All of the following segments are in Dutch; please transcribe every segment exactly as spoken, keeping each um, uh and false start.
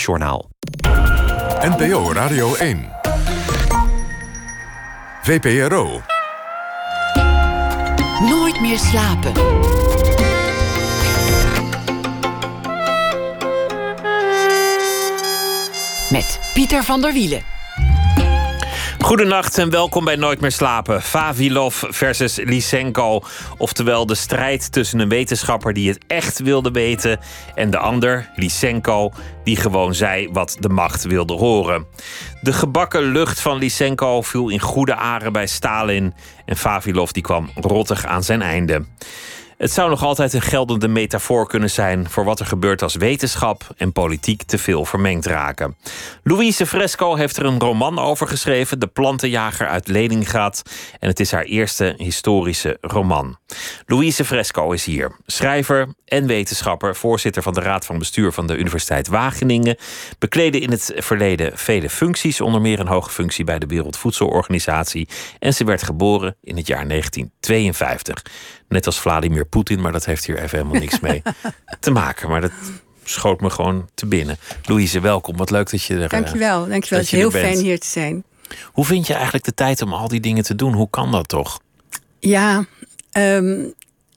Journaal. N P O Radio één. V P R O. Nooit meer slapen. Met Pieter van der Wielen. Goedenacht en welkom bij Nooit meer slapen. Vavilov versus Lysenko. Oftewel de strijd tussen een wetenschapper die het echt wilde weten en de ander, Lysenko, die gewoon zei wat de macht wilde horen. De gebakken lucht van Lysenko viel in goede aren bij Stalin en Vavilov die kwam rottig aan zijn einde. Het zou nog altijd een geldende metafoor kunnen zijn voor wat er gebeurt als wetenschap en politiek te veel vermengd raken. Louise Fresco heeft er een roman over geschreven, De plantenjager uit Leningrad. En het is haar eerste historische roman. Louise Fresco is hier. Schrijver en wetenschapper, voorzitter van de Raad van Bestuur van de Universiteit Wageningen. Bekleedde in het verleden vele functies, onder meer een hoge functie bij de Wereldvoedselorganisatie. En ze werd geboren in het jaar negentien tweeënvijftig. Net als Vladimir Poetin, maar dat heeft hier even helemaal niks mee te maken. Maar dat schoot me gewoon te binnen. Louise, welkom. Wat leuk dat je er Dankjewel, dankjewel. Het is heel fijn hier te zijn. Hoe vind je eigenlijk de tijd om al die dingen te doen? Hoe kan dat toch? Ja, um,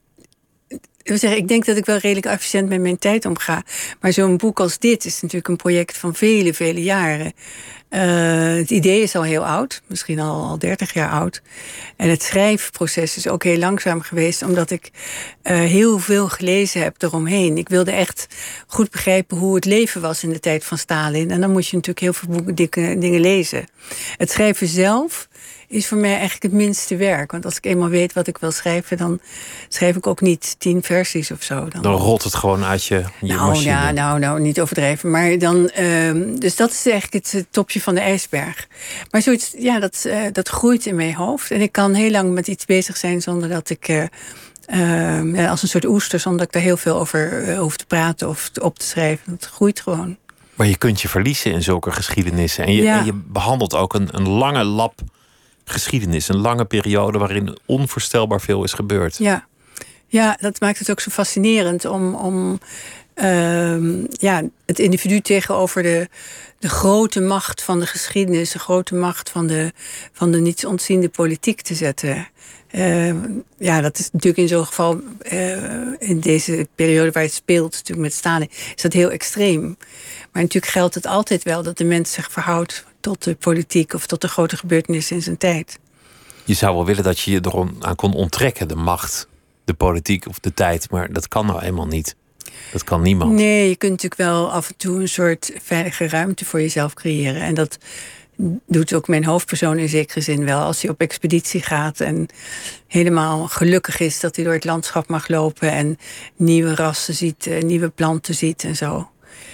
ik, zeggen, ik denk dat ik wel redelijk efficiënt met mijn tijd omga. Maar zo'n boek als dit is natuurlijk een project van vele, vele jaren. Uh, het idee is al heel oud, misschien al, al dertig jaar oud. En het schrijfproces is ook heel langzaam geweest, omdat ik uh, heel veel gelezen heb eromheen. Ik wilde echt goed begrijpen hoe het leven was in de tijd van Stalin. En dan moet je natuurlijk heel veel boeken, dikke, dingen lezen. Het schrijven zelf is voor mij eigenlijk het minste werk. Want als ik eenmaal weet wat ik wil schrijven, dan schrijf ik ook niet tien versies of zo. Dan, dan rolt het gewoon uit je, je nou, machine. Ja, nou, nou, niet overdrijven. Maar dan, um, dus dat is eigenlijk het topje van de ijsberg. Maar zoiets, ja, dat, uh, dat groeit in mijn hoofd. En ik kan heel lang met iets bezig zijn zonder dat ik, uh, uh, ja, als een soort oester, zonder dat ik daar heel veel over uh, hoef te praten of op te schrijven. Het groeit gewoon. Maar je kunt je verliezen in zulke geschiedenissen. En je, ja. en je behandelt ook een, een lange lap geschiedenis, een lange periode waarin onvoorstelbaar veel is gebeurd. Ja, ja, dat maakt het ook zo fascinerend om, om uh, ja, het individu tegenover de, de grote macht van de geschiedenis, de grote macht van de, van de niets ontziende politiek te zetten. Uh, ja, dat is natuurlijk in zo'n geval, uh, in deze periode waar het speelt, natuurlijk met Stalin, is dat heel extreem. Maar natuurlijk geldt het altijd wel dat de mens zich verhoudt tot de politiek of tot de grote gebeurtenissen in zijn tijd. Je zou wel willen dat je je eraan kon onttrekken, de macht, de politiek of de tijd. Maar dat kan nou eenmaal niet. Dat kan niemand. Nee, je kunt natuurlijk wel af en toe een soort veilige ruimte voor jezelf creëren. En dat doet ook mijn hoofdpersoon in zekere zin wel. Als hij op expeditie gaat en helemaal gelukkig is dat hij door het landschap mag lopen en nieuwe rassen ziet, nieuwe planten ziet en zo.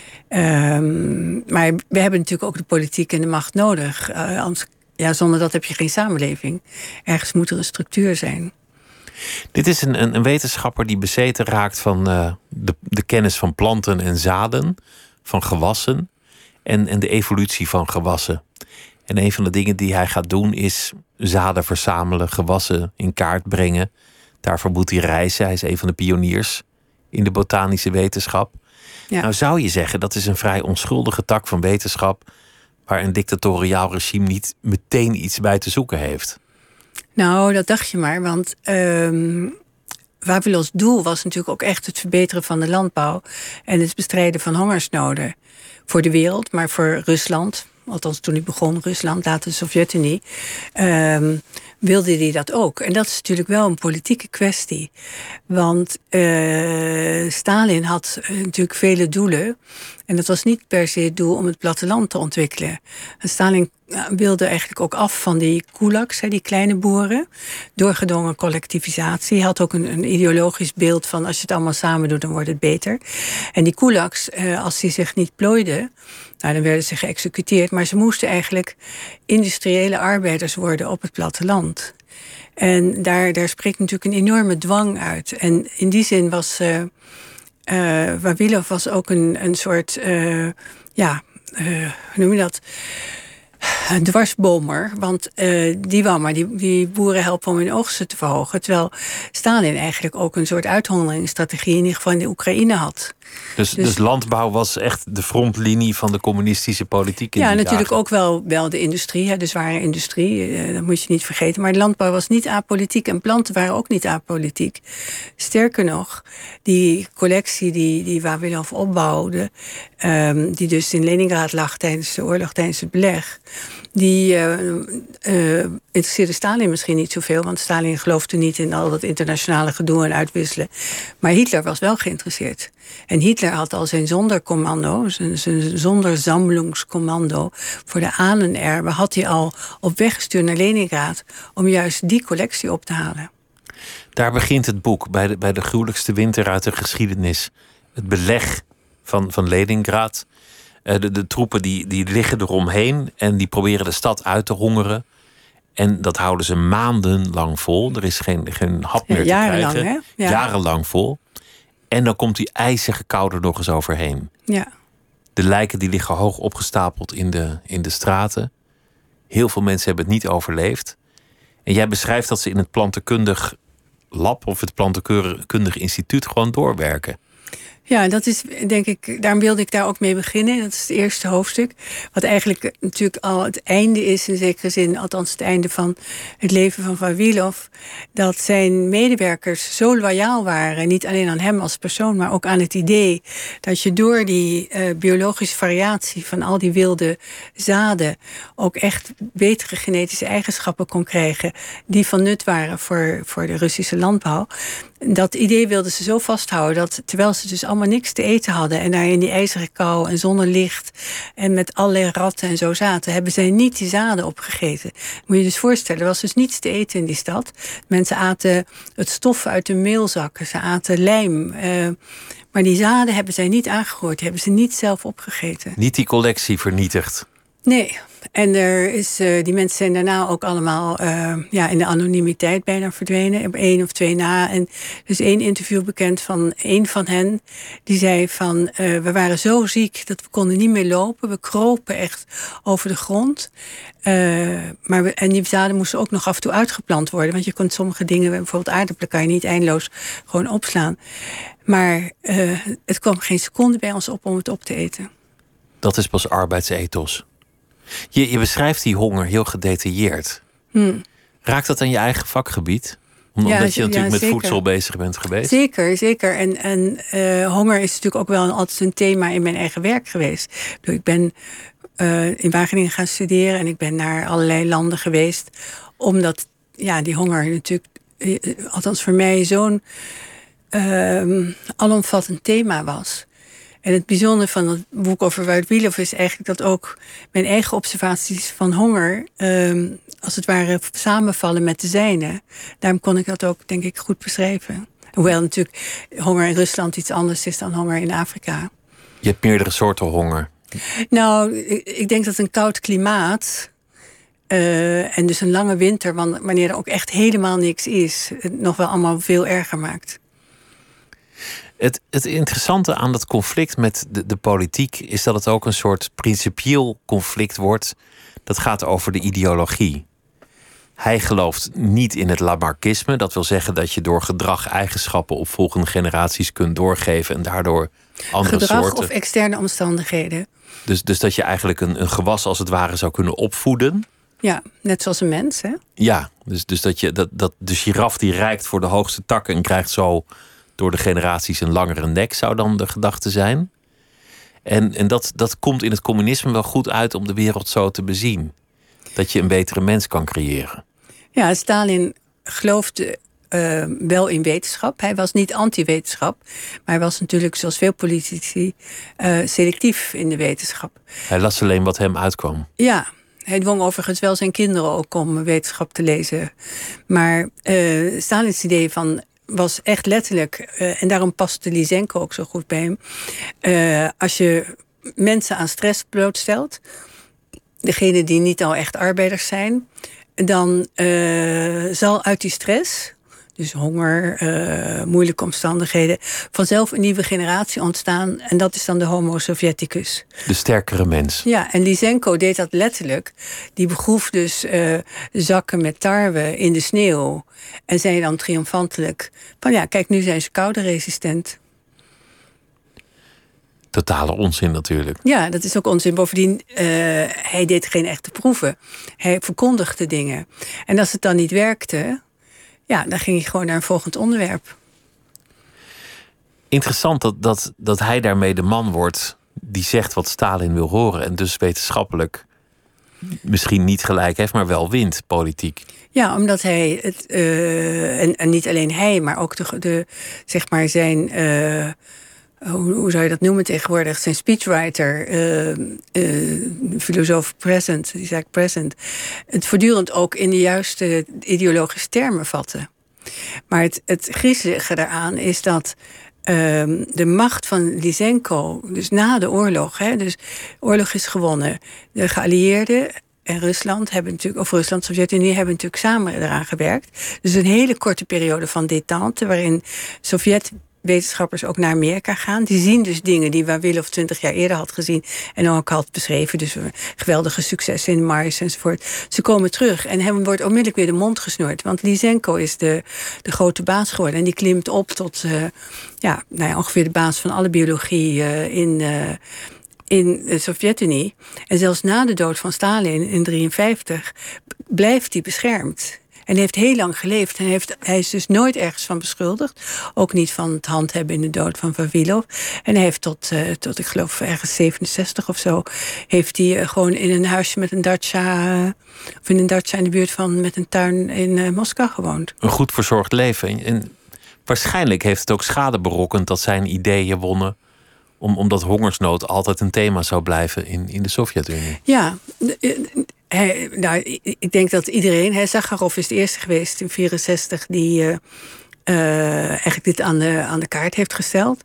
Um, maar we hebben natuurlijk ook de politiek en de macht nodig. Uh, anders, ja, zonder dat heb je geen samenleving. Ergens moet er een structuur zijn. Dit is een, een, een wetenschapper die bezeten raakt van uh, de, de kennis van planten en zaden, van gewassen en, en de evolutie van gewassen. En een van de dingen die hij gaat doen is zaden verzamelen, gewassen in kaart brengen. Daarvoor moet hij reizen. Hij is een van de pioniers in de botanische wetenschap. Ja. Nou zou je zeggen, dat is een vrij onschuldige tak van wetenschap waar een dictatoriaal regime niet meteen iets bij te zoeken heeft. Nou, dat dacht je maar, want um, Vavilovs doel was natuurlijk ook echt het verbeteren van de landbouw en het bestrijden van hongersnoden voor de wereld, maar voor Rusland, althans toen hij begon, Rusland, later de Sovjet-Unie, um, wilde hij dat ook. En dat is natuurlijk wel een politieke kwestie. Want uh, Stalin had uh, natuurlijk vele doelen. En dat was niet per se het doel om het platteland te ontwikkelen. En Stalin uh, wilde eigenlijk ook af van die kulaks, hè, die kleine boeren. Doorgedwongen collectivisatie. Hij had ook een, een ideologisch beeld van als je het allemaal samen doet, dan wordt het beter. En die kulaks, uh, als die zich niet plooiden, nou, dan werden ze geëxecuteerd. Maar ze moesten eigenlijk industriële arbeiders worden op het platteland. En daar, daar spreekt natuurlijk een enorme dwang uit. En in die zin was uh, uh, Vavilov was ook een, een soort, uh, ja, uh, hoe noem je dat? Een dwarsbomer, want uh, die wou maar die, die boeren helpen om hun oogsten te verhogen. Terwijl Stalin eigenlijk ook een soort uithongeringsstrategie in ieder geval in de Oekraïne had. Dus, dus, dus landbouw was echt de frontlinie van de communistische politiek in ja, die natuurlijk dagen. ook wel, wel de industrie, hè, de zware industrie. Uh, dat moet je niet vergeten. Maar de landbouw was niet apolitiek en planten waren ook niet apolitiek. Sterker nog, die collectie die, die Wawilov opbouwde, um, die dus in Leningrad lag tijdens de oorlog, tijdens het beleg, die uh, uh, interesseerde Stalin misschien niet zoveel, want Stalin geloofde niet in al dat internationale gedoe en uitwisselen. Maar Hitler was wel geïnteresseerd. En Hitler had al zijn zondercommando, zijn, zijn zondersammlungscommando voor de Ahnenerbe, had hij al op weg gestuurd naar Leningrad om juist die collectie op te halen. Daar begint het boek, bij de, bij de gruwelijkste winter uit de geschiedenis. Het beleg van, van Leningrad. Uh, de, de troepen die, die liggen eromheen en die proberen de stad uit te hongeren. En dat houden ze maandenlang vol. Er is geen, geen hap meer ja, te jarenlang, krijgen. Hè? Ja. Jarenlang vol. En dan komt die ijzige kou er nog eens overheen. Ja. De lijken die liggen hoog opgestapeld in de, in de straten. Heel veel mensen hebben het niet overleefd. En jij beschrijft dat ze in het plantenkundig lab of het plantenkundig instituut gewoon doorwerken. Ja, dat is denk ik, daarom wilde ik daar ook mee beginnen. Dat is het eerste hoofdstuk. Wat eigenlijk natuurlijk al het einde is, in zekere zin, althans het einde van het leven van Wawilov. Dat zijn medewerkers zo loyaal waren, niet alleen aan hem als persoon, maar ook aan het idee dat je door die uh, biologische variatie van al die wilde zaden ook echt betere genetische eigenschappen kon krijgen die van nut waren voor, voor de Russische landbouw. Dat idee wilden ze zo vasthouden dat terwijl ze dus allemaal niks te eten hadden en daar in die ijzige kou en zonder licht en met allerlei ratten en zo zaten, hebben zij niet die zaden opgegeten. Moet je je dus voorstellen, er was dus niets te eten in die stad. Mensen aten het stof uit de meelzakken, ze aten lijm. Uh, maar die zaden hebben zij niet aangegooid, die hebben ze niet zelf opgegeten. Niet die collectie vernietigd. Nee, en er is, uh, die mensen zijn daarna ook allemaal uh, ja, in de anonimiteit bijna verdwenen. Op één of twee na. En er is één interview bekend van één van hen. Die zei van, uh, we waren zo ziek dat we konden niet meer lopen. We kropen echt over de grond. Uh, maar we, en die zaden moesten ook nog af en toe uitgeplant worden. Want je kon sommige dingen, bijvoorbeeld aardappelen, kan je niet eindeloos gewoon opslaan. Maar uh, het kwam geen seconde bij ons op om het op te eten. Dat is pas arbeidsethos. Je, je beschrijft die honger heel gedetailleerd. Hmm. Raakt dat aan je eigen vakgebied? Omdat ja, je natuurlijk ja, met zeker. voedsel bezig bent geweest. Zeker, zeker. En, en uh, honger is natuurlijk ook wel altijd een thema in mijn eigen werk geweest. Ik ben uh, in Wageningen gaan studeren en ik ben naar allerlei landen geweest. Omdat ja, die honger natuurlijk, uh, althans voor mij, zo'n uh, alomvattend thema was. En het bijzondere van het boek over Wawilov is eigenlijk dat ook mijn eigen observaties van honger, um, als het ware, samenvallen met de zijne. Daarom kon ik dat ook, denk ik, goed beschrijven. Hoewel natuurlijk honger in Rusland iets anders is dan honger in Afrika. Je hebt meerdere soorten honger. Nou, ik denk dat een koud klimaat uh, en dus een lange winter, wanneer er ook echt helemaal niks is, het nog wel allemaal veel erger maakt. Het, het interessante aan dat conflict met de, de politiek is dat het ook een soort principieel conflict wordt. Dat gaat over de ideologie. Hij gelooft niet in het Lamarckisme. Dat wil zeggen dat je door gedrag eigenschappen op volgende generaties kunt doorgeven en daardoor andere gedrag soorten. Of externe omstandigheden. Dus, dus dat je eigenlijk een, een gewas als het ware zou kunnen opvoeden. Ja, net zoals een mens, hè? Ja, dus, dus dat, je, dat, dat de giraf die reikt voor de hoogste takken en krijgt zo door de generaties een langere nek, zou dan de gedachte zijn. En, en dat, dat komt in het communisme wel goed uit om de wereld zo te bezien. Dat je een betere mens kan creëren. Ja, Stalin geloofde uh, wel in wetenschap. Hij was niet anti-wetenschap. Maar hij was natuurlijk, zoals veel politici, uh, selectief in de wetenschap. Hij las alleen wat hem uitkwam. Ja, hij dwong overigens wel zijn kinderen ook om wetenschap te lezen. Maar uh, Stalins idee van was echt letterlijk, uh, en daarom paste Lysenko ook zo goed bij hem. Uh, als je mensen aan stress blootstelt, degene die niet al echt arbeiders zijn, dan uh, zal uit die stress, dus honger, uh, moeilijke omstandigheden, vanzelf een nieuwe generatie ontstaan. En dat is dan de Homo Sovieticus. De sterkere mens. Ja, en Lysenko deed dat letterlijk. Die begroef dus uh, zakken met tarwe in de sneeuw. En zei dan triomfantelijk van ja, kijk, nu zijn ze koude resistent. Totale onzin natuurlijk. Ja, dat is ook onzin. Bovendien, uh, hij deed geen echte proeven. Hij verkondigde dingen. En als het dan niet werkte, ja, dan ging hij gewoon naar een volgend onderwerp. Interessant dat, dat, dat hij daarmee de man wordt die zegt wat Stalin wil horen. En dus wetenschappelijk misschien niet gelijk heeft, maar wel wint politiek. Ja, omdat hij het, uh, en, en niet alleen hij, maar ook de, de zeg maar zijn, uh, hoe, hoe zou je dat noemen tegenwoordig, zijn speechwriter, uh, uh, filosoof present, Isaac Present, het voortdurend ook in de juiste ideologische termen vatten. Maar het, het griezelige daaraan is dat Um, de macht van Lysenko, dus na de oorlog, hè, dus oorlog is gewonnen. De geallieerden en Rusland hebben natuurlijk, of Rusland, Sovjet-Unie hebben natuurlijk samen eraan gewerkt. Dus een hele korte periode van détente, waarin Sovjet-wetenschappers ook naar Amerika gaan. Die zien dus dingen die Wawilov twintig jaar eerder had gezien en ook had beschreven. Dus geweldige successen in Mars enzovoort. Ze komen terug en hem wordt onmiddellijk weer de mond gesnoerd. Want Lysenko is de, de grote baas geworden en die klimt op tot Uh, Ja, nou ja, ongeveer de baas van alle biologie uh, in, uh, in de Sovjet-Unie. En zelfs na de dood van Stalin in negentien drieënvijftig blijft hij beschermd. En heeft heel lang geleefd. En heeft, hij is dus nooit ergens van beschuldigd. Ook niet van het handhebben in de dood van Vavilov. En hij heeft tot, uh, tot ik geloof ergens zevenenzestig of zo, heeft hij uh, gewoon in een huisje met een dacha, uh, of in een dacha in de buurt van, met een tuin in uh, Moskou gewoond. Een goed verzorgd leven. En waarschijnlijk heeft het ook schade berokkend dat zijn ideeën wonnen, Om, omdat hongersnood altijd een thema zou blijven in, in de Sovjet-Unie. Ja, hij, nou, ik denk dat iedereen, hè, Sakharov is de eerste geweest in negentien vierenzestig die uh, uh, eigenlijk dit aan de, aan de kaart heeft gesteld.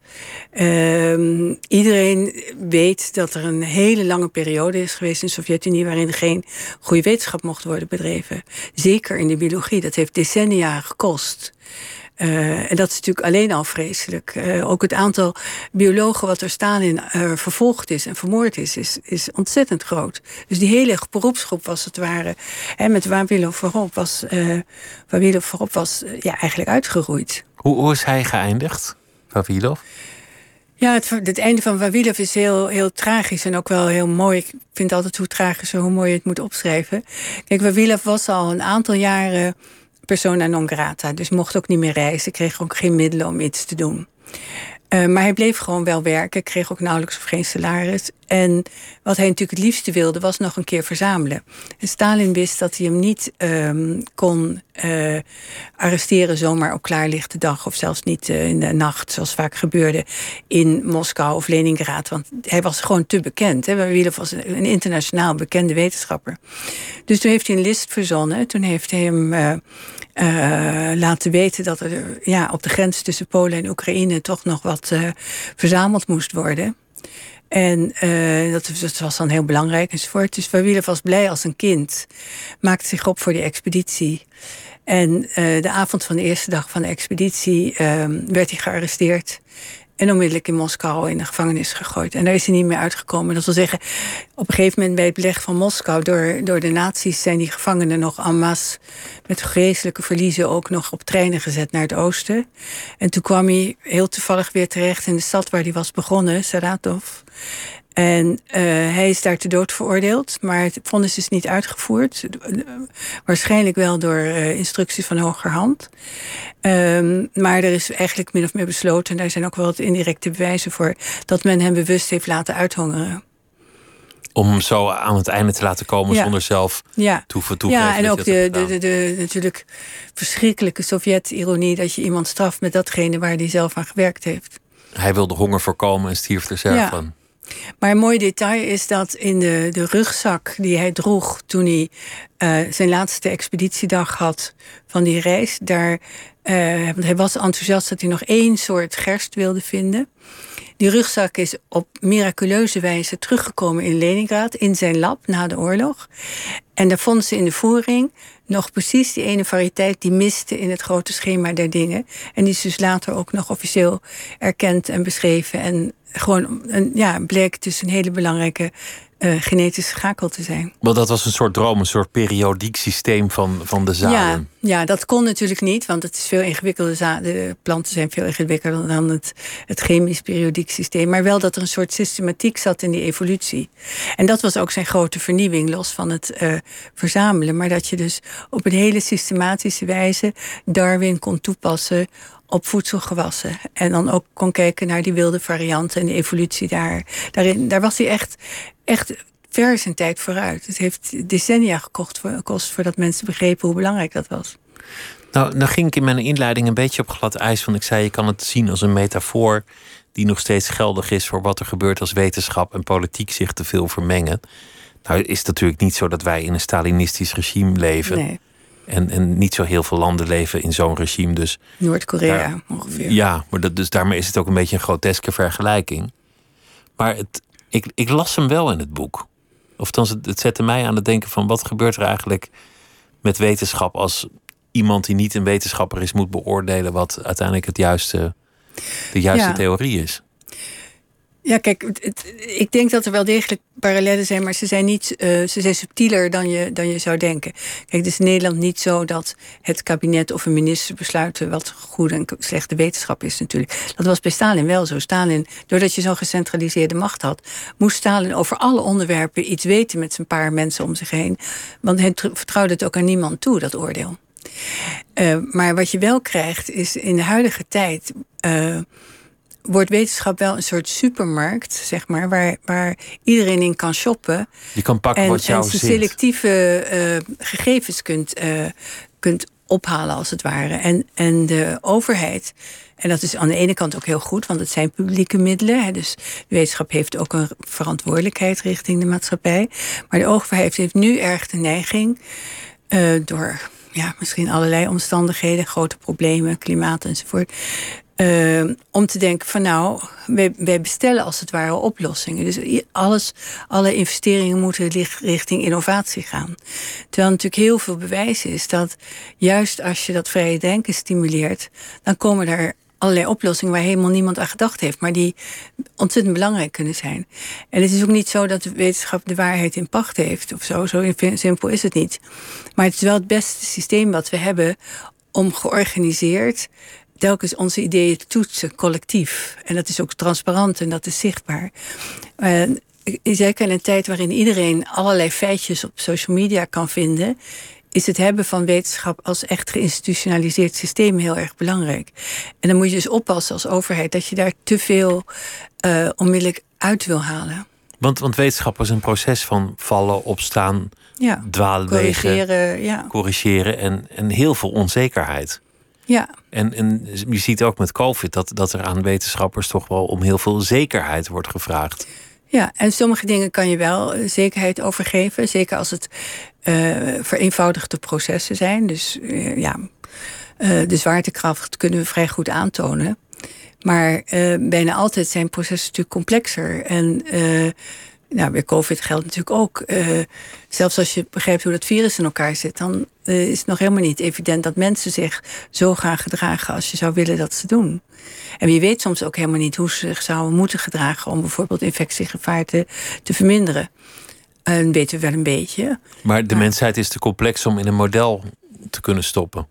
Uh, iedereen weet dat er een hele lange periode is geweest in de Sovjet-Unie waarin geen goede wetenschap mocht worden bedreven. Zeker in de biologie, dat heeft decennia gekost. Uh, en dat is natuurlijk alleen al vreselijk. Uh, ook het aantal biologen wat door Stalin uh, vervolgd is en vermoord is, is, is ontzettend groot. Dus die hele beroepsgroep was het ware, hè, met Wawilov voorop was, uh, Wawilov voorop was uh, ja, eigenlijk uitgeroeid. Hoe, hoe is hij geëindigd, Vavilov? Ja, het, het einde van Wawilov is heel, heel tragisch en ook wel heel mooi. Ik vind altijd hoe tragisch en hoe mooi je het moet opschrijven. Kijk, Wawilov was al een aantal jaren persona non grata, dus mocht ook niet meer reizen, kreeg ook geen middelen om iets te doen. Uh, maar hij bleef gewoon wel werken, kreeg ook nauwelijks of geen salaris. En wat hij natuurlijk het liefste wilde, was nog een keer verzamelen. En Stalin wist dat hij hem niet um, kon uh, arresteren zomaar op klaarlichte dag, of zelfs niet uh, in de nacht, zoals vaak gebeurde in Moskou of Leningrad. Want hij was gewoon te bekend. Wawilov was een, een internationaal bekende wetenschapper. Dus toen heeft hij een list verzonnen. Toen heeft hij hem Uh, Uh, laten weten dat er ja, op de grens tussen Polen en Oekraïne toch nog wat uh, verzameld moest worden. En uh, dat, dat was dan heel belangrijk enzovoort. Dus Wawilov was blij als een kind. Maakte zich op voor die expeditie. En uh, de avond van de eerste dag van de expeditie uh, werd hij gearresteerd. En onmiddellijk in Moskou in de gevangenis gegooid. En daar is hij niet meer uitgekomen. Dat wil zeggen, op een gegeven moment bij het beleg van Moskou door, door de nazi's zijn die gevangenen nog en masse met vreselijke verliezen ook nog op treinen gezet naar het oosten. En toen kwam hij heel toevallig weer terecht in de stad waar hij was begonnen, Saratov. En uh, hij is daar te dood veroordeeld, maar het vonnis is niet uitgevoerd. Waarschijnlijk wel door uh, instructies van hogerhand. Um, maar er is eigenlijk min of meer besloten, en daar zijn ook wel wat indirecte bewijzen voor, dat men hem bewust heeft laten uithongeren. Om hem zo aan het einde te laten komen, ja, zonder zelf ja. toe te Ja, en ook de, de, de, de natuurlijk verschrikkelijke Sovjet-ironie dat je iemand straft met datgene waar hij zelf aan gewerkt heeft. Hij wilde honger voorkomen en stierf er zelf ja. van. Maar een mooi detail is dat in de, de rugzak die hij droeg toen hij uh, zijn laatste expeditiedag had van die reis, daar, uh, want hij was enthousiast dat hij nog één soort gerst wilde vinden. Die rugzak is op miraculeuze wijze teruggekomen in Leningrad, in zijn lab na de oorlog. En daar vonden ze in de voering nog precies die ene variëteit die miste in het grote schema der dingen. En die is dus later ook nog officieel erkend en beschreven. En gewoon een, ja, bleek dus een hele belangrijke uh, genetische schakel te zijn. Want dat was een soort droom, een soort periodiek systeem van, van de zaden. Ja, Ja, dat kon natuurlijk niet, want het is veel ingewikkelder. za- De planten zijn veel ingewikkelder dan het, het chemisch periodiek systeem. Maar wel dat er een soort systematiek zat in die evolutie. En dat was ook zijn grote vernieuwing, los van het uh, verzamelen. Maar dat je dus op een hele systematische wijze Darwin kon toepassen op voedselgewassen. En dan ook kon kijken naar die wilde varianten en de evolutie daar. Daarin, daar was hij echt, echt ver zijn tijd vooruit. Het heeft decennia gekocht, gekost voordat mensen begrepen hoe belangrijk dat was. Nou, nou ging ik in mijn inleiding een beetje op glad ijs. Want ik zei, je kan het zien als een metafoor die nog steeds geldig is voor wat er gebeurt als wetenschap en politiek zich te veel vermengen. Nou is het natuurlijk niet zo dat wij in een Stalinistisch regime leven. Nee. En, en niet zo heel veel landen leven in zo'n regime. Dus Noord-Korea daar, ongeveer. Ja, maar dat, dus daarmee is het ook een beetje een groteske vergelijking. Maar het, ik, ik las hem wel in het boek. Of dan het, het zette mij aan het denken van wat gebeurt er eigenlijk met wetenschap als iemand die niet een wetenschapper is moet beoordelen wat uiteindelijk het juiste, de juiste Ja. theorie is. Ja, kijk, het, het, ik denk dat er wel degelijk parallellen zijn, maar ze zijn niet, uh, ze zijn subtieler dan je, dan je zou denken. Kijk, het is in Nederland niet zo dat het kabinet of een minister besluiten wat goede en slechte wetenschap is natuurlijk. Dat was bij Stalin wel zo. Stalin, doordat je zo'n gecentraliseerde macht had, moest Stalin over alle onderwerpen iets weten met zijn paar mensen om zich heen. Want hij vertrouwde het ook aan niemand toe, dat oordeel. Uh, maar wat je wel krijgt is in de huidige tijd Uh, wordt wetenschap wel een soort supermarkt, zeg maar, waar, waar iedereen in kan shoppen. Je kan pakken en, wat jou en zint. selectieve uh, gegevens kunt, uh, kunt ophalen, als het ware. En, en de overheid, en dat is aan de ene kant ook heel goed, want het zijn publieke middelen. Hè, dus de wetenschap heeft ook een verantwoordelijkheid richting de maatschappij. Maar de overheid heeft nu erg de neiging, uh, door ja, misschien allerlei omstandigheden, grote problemen, klimaat enzovoort, Uh, om te denken van nou, wij, wij bestellen als het ware oplossingen. Dus alles, alle investeringen moeten richting innovatie gaan. Terwijl natuurlijk heel veel bewijs is dat juist als je dat vrije denken stimuleert, dan komen er allerlei oplossingen waar helemaal niemand aan gedacht heeft, maar die ontzettend belangrijk kunnen zijn. En het is ook niet zo dat de wetenschap de waarheid in pacht heeft of zo. Zo simpel is het niet. Maar het is wel het beste systeem wat we hebben om georganiseerd telkens onze ideeën te toetsen, collectief. En dat is ook transparant en dat is zichtbaar. Uh, zeker in een tijd waarin iedereen allerlei feitjes op social media kan vinden, is het hebben van wetenschap als echt geïnstitutionaliseerd systeem heel erg belangrijk. En dan moet je dus oppassen als overheid dat je daar te veel uh, onmiddellijk uit wil halen. Want, want wetenschap is een proces van vallen, opstaan, ja, dwaalwegen, corrigeren, ja. corrigeren en, en heel veel onzekerheid. Ja. En, en je ziet ook met COVID dat, dat er aan wetenschappers toch wel om heel veel zekerheid wordt gevraagd. Ja, en sommige dingen kan je wel zekerheid overgeven. Zeker als het uh, vereenvoudigde processen zijn. Dus uh, ja, uh, de zwaartekracht kunnen we vrij goed aantonen. Maar uh, bijna altijd zijn processen natuurlijk complexer. En uh, nou, bij COVID geldt natuurlijk ook. Uh, zelfs als je begrijpt hoe dat virus in elkaar zit, dan uh, is het nog helemaal niet evident dat mensen zich zo gaan gedragen als je zou willen dat ze doen. En je weet soms ook helemaal niet hoe ze zich zouden moeten gedragen om bijvoorbeeld infectiegevaar te, te verminderen. En uh, weten we wel een beetje. Maar de maar, mensheid is te complex om in een model te kunnen stoppen.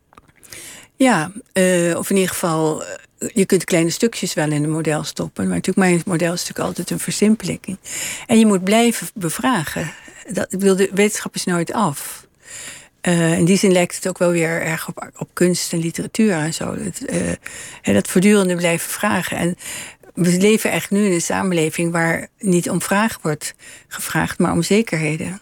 Ja, uh, of in ieder geval, uh, je kunt kleine stukjes wel in een model stoppen. Maar natuurlijk, mijn model is natuurlijk altijd een versimpeling. En je moet blijven bevragen. Dat, ik bedoel, de wetenschap is nooit af. Uh, in die zin lijkt het ook wel weer erg op, op kunst en literatuur en zo. Dat, uh, en dat voortdurende blijven vragen. En we leven echt nu in een samenleving waar niet om vragen wordt gevraagd, maar om zekerheden.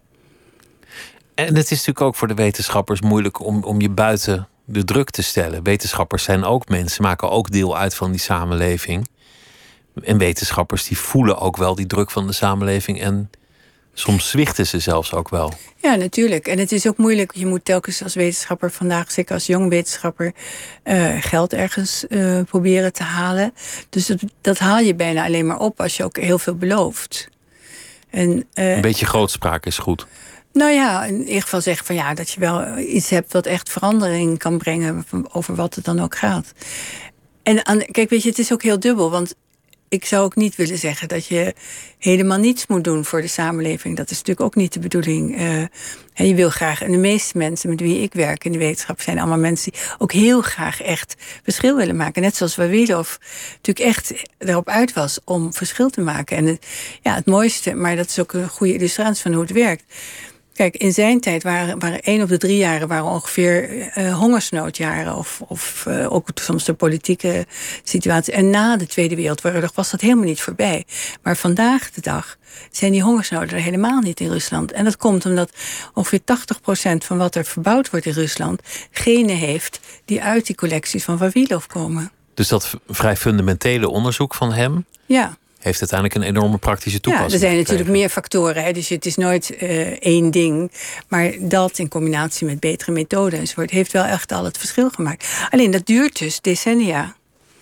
En het is natuurlijk ook voor de wetenschappers moeilijk om, om je buiten de druk te stellen. Wetenschappers zijn ook mensen, maken ook deel uit van die samenleving. En wetenschappers die voelen ook wel die druk van de samenleving en soms zwichten ze zelfs ook wel. Ja, natuurlijk. En het is ook moeilijk. Je moet telkens als wetenschapper vandaag, zeker als jong wetenschapper, uh, geld ergens uh, proberen te halen. Dus dat, dat haal je bijna alleen maar op als je ook heel veel belooft. En, uh, een beetje grootspraak is goed. Nou ja, in ieder geval zeggen van ja, dat je wel iets hebt wat echt verandering kan brengen over wat het dan ook gaat. En aan, kijk, weet je, het is ook heel dubbel, want ik zou ook niet willen zeggen dat je helemaal niets moet doen voor de samenleving. Dat is natuurlijk ook niet de bedoeling. Uh, en je wil graag, en de meeste mensen met wie ik werk in de wetenschap zijn allemaal mensen die ook heel graag echt verschil willen maken. Net zoals Wawilov natuurlijk echt erop uit was om verschil te maken. En het, ja, het mooiste, maar dat is ook een goede illustratie van hoe het werkt. Kijk, in zijn tijd waren, waren één op de drie jaren waren ongeveer uh, hongersnoodjaren. Of, of uh, ook soms de politieke situatie. En na de Tweede Wereldoorlog was dat helemaal niet voorbij. Maar vandaag de dag zijn die hongersnoden er helemaal niet in Rusland. En dat komt omdat ongeveer tachtig procent van wat er verbouwd wordt in Rusland genen heeft die uit die collecties van Wawilov komen. Dus dat vrij fundamentele onderzoek van hem... Ja. heeft uiteindelijk een enorme praktische toepassing. Ja, er zijn gekregen. natuurlijk meer factoren. Hè, dus het is nooit uh, één ding. Maar dat in combinatie met betere methoden enzovoort heeft wel echt al het verschil gemaakt. Alleen dat duurt dus decennia.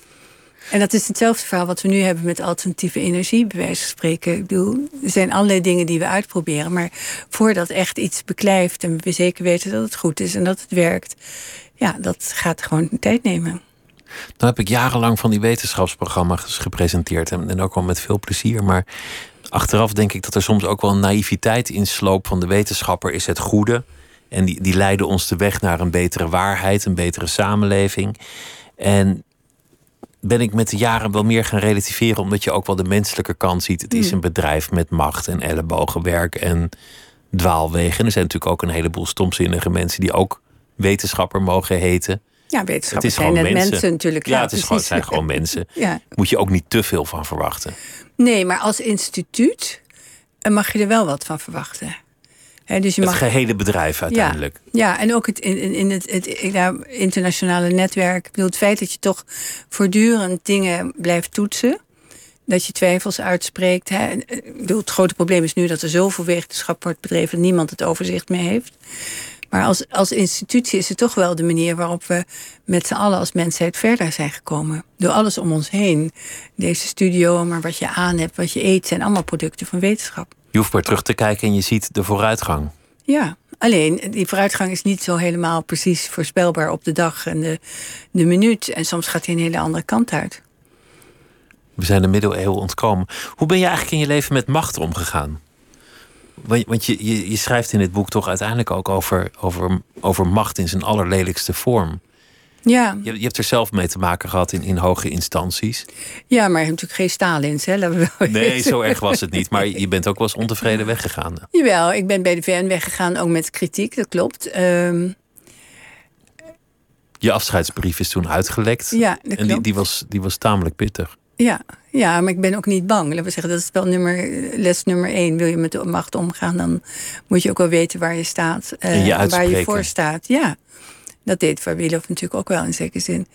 En dat is hetzelfde verhaal wat we nu hebben met alternatieve energie, bij wijze van spreken. Ik bedoel, er zijn allerlei dingen die we uitproberen. Maar voordat echt iets beklijft en we zeker weten dat het goed is en dat het werkt, ja, dat gaat gewoon tijd nemen. Dan heb ik jarenlang van die wetenschapsprogramma's gepresenteerd. En, en ook wel met veel plezier. Maar achteraf denk ik dat er soms ook wel een naïviteit in sloop van de wetenschapper is het goede. En die, die leiden ons de weg naar een betere waarheid, een betere samenleving. En ben ik met de jaren wel meer gaan relativeren, omdat je ook wel de menselijke kant ziet. Het is een bedrijf met macht en ellebogenwerk en dwaalwegen. En er zijn natuurlijk ook een heleboel stomzinnige mensen die ook wetenschapper mogen heten. Ja, wetenschappers zijn net mensen. mensen natuurlijk. Ja, het, is gewoon, het zijn gewoon mensen. Ja. Moet je ook niet te veel van verwachten. Nee, maar als instituut mag je er wel wat van verwachten. He, dus je het mag... gehele bedrijf uiteindelijk. Ja, ja, en ook het, in, in het, het ja, internationale netwerk. Ik bedoel, het feit dat je toch voortdurend dingen blijft toetsen. Dat je twijfels uitspreekt. Hè. Ik bedoel, het grote probleem is nu dat er zoveel wetenschap wordt bedreven dat niemand het overzicht meer heeft. Maar als, als institutie is het toch wel de manier waarop we met z'n allen als mensheid verder zijn gekomen. Door alles om ons heen. Deze studio, maar wat je aan hebt, wat je eet, zijn allemaal producten van wetenschap. Je hoeft maar terug te kijken en je ziet de vooruitgang. Ja, alleen die vooruitgang is niet zo helemaal precies voorspelbaar op de dag en de, de minuut. En soms gaat hij een hele andere kant uit. We zijn de middeleeuwen ontkomen. Hoe ben je eigenlijk in je leven met macht omgegaan? Want je, je, je schrijft in dit boek toch uiteindelijk ook over, over, over macht in zijn allerlelijkste vorm. Ja. Je, je hebt er zelf mee te maken gehad in, in hoge instanties. Ja, maar je hebt natuurlijk geen Stalins. Hè? Laten we wel nee, zo erg was het niet. Maar je bent ook wel eens ontevreden weggegaan. Jawel, ik ben bij de V N weggegaan, ook met kritiek, dat klopt. Um... Je afscheidsbrief is toen uitgelekt. Ja, dat en die, die, was, die was tamelijk pittig. Ja, ja, maar ik ben ook niet bang. Laten we zeggen, dat is wel nummer, les nummer één. Wil je met de macht omgaan, dan moet je ook wel weten waar je staat. Uh, en je en waar je voor staat. Ja, dat deed Wawilov natuurlijk ook wel in zekere zin.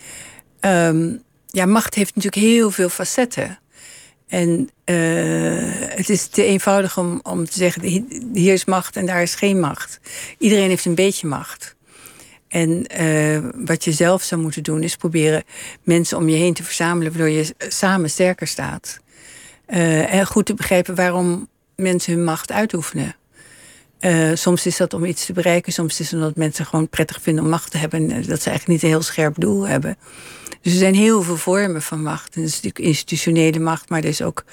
Um, ja, macht heeft natuurlijk heel veel facetten. En uh, het is te eenvoudig om, om te zeggen, hier is macht en daar is geen macht. Iedereen heeft een beetje macht. En uh, wat je zelf zou moeten doen is proberen mensen om je heen te verzamelen, waardoor je samen sterker staat. Uh, en goed te begrijpen waarom mensen hun macht uitoefenen. Uh, soms is dat om iets te bereiken, soms is het omdat mensen gewoon prettig vinden om macht te hebben en dat ze eigenlijk niet een heel scherp doel hebben. Dus er zijn heel veel vormen van macht. En dat is natuurlijk institutionele macht, maar er is ook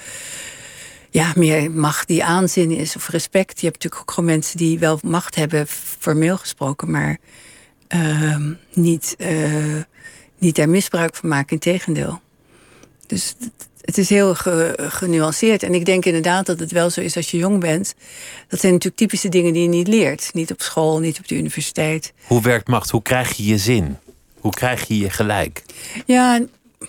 ja, meer macht die aanzien is of respect. Je hebt natuurlijk ook gewoon mensen die wel macht hebben, formeel gesproken, maar Uh, niet, uh, niet daar misbruik van maken, integendeel. Dus het is heel ge, genuanceerd. En ik denk inderdaad dat het wel zo is als je jong bent. Dat zijn natuurlijk typische dingen die je niet leert. Niet op school, niet op de universiteit. Hoe werkt macht? Hoe krijg je je zin? Hoe krijg je je gelijk? Ja,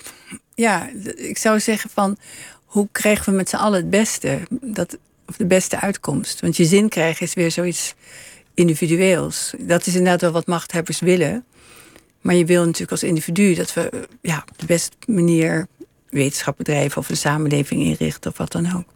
ja, ik zou zeggen van, hoe krijgen we met z'n allen het beste? Dat, of de beste uitkomst? Want je zin krijgen is weer zoiets individueels. Dat is inderdaad wel wat machthebbers willen. Maar je wil natuurlijk als individu dat we ja, op de beste manier wetenschap bedrijven of de samenleving inrichten of wat dan ook.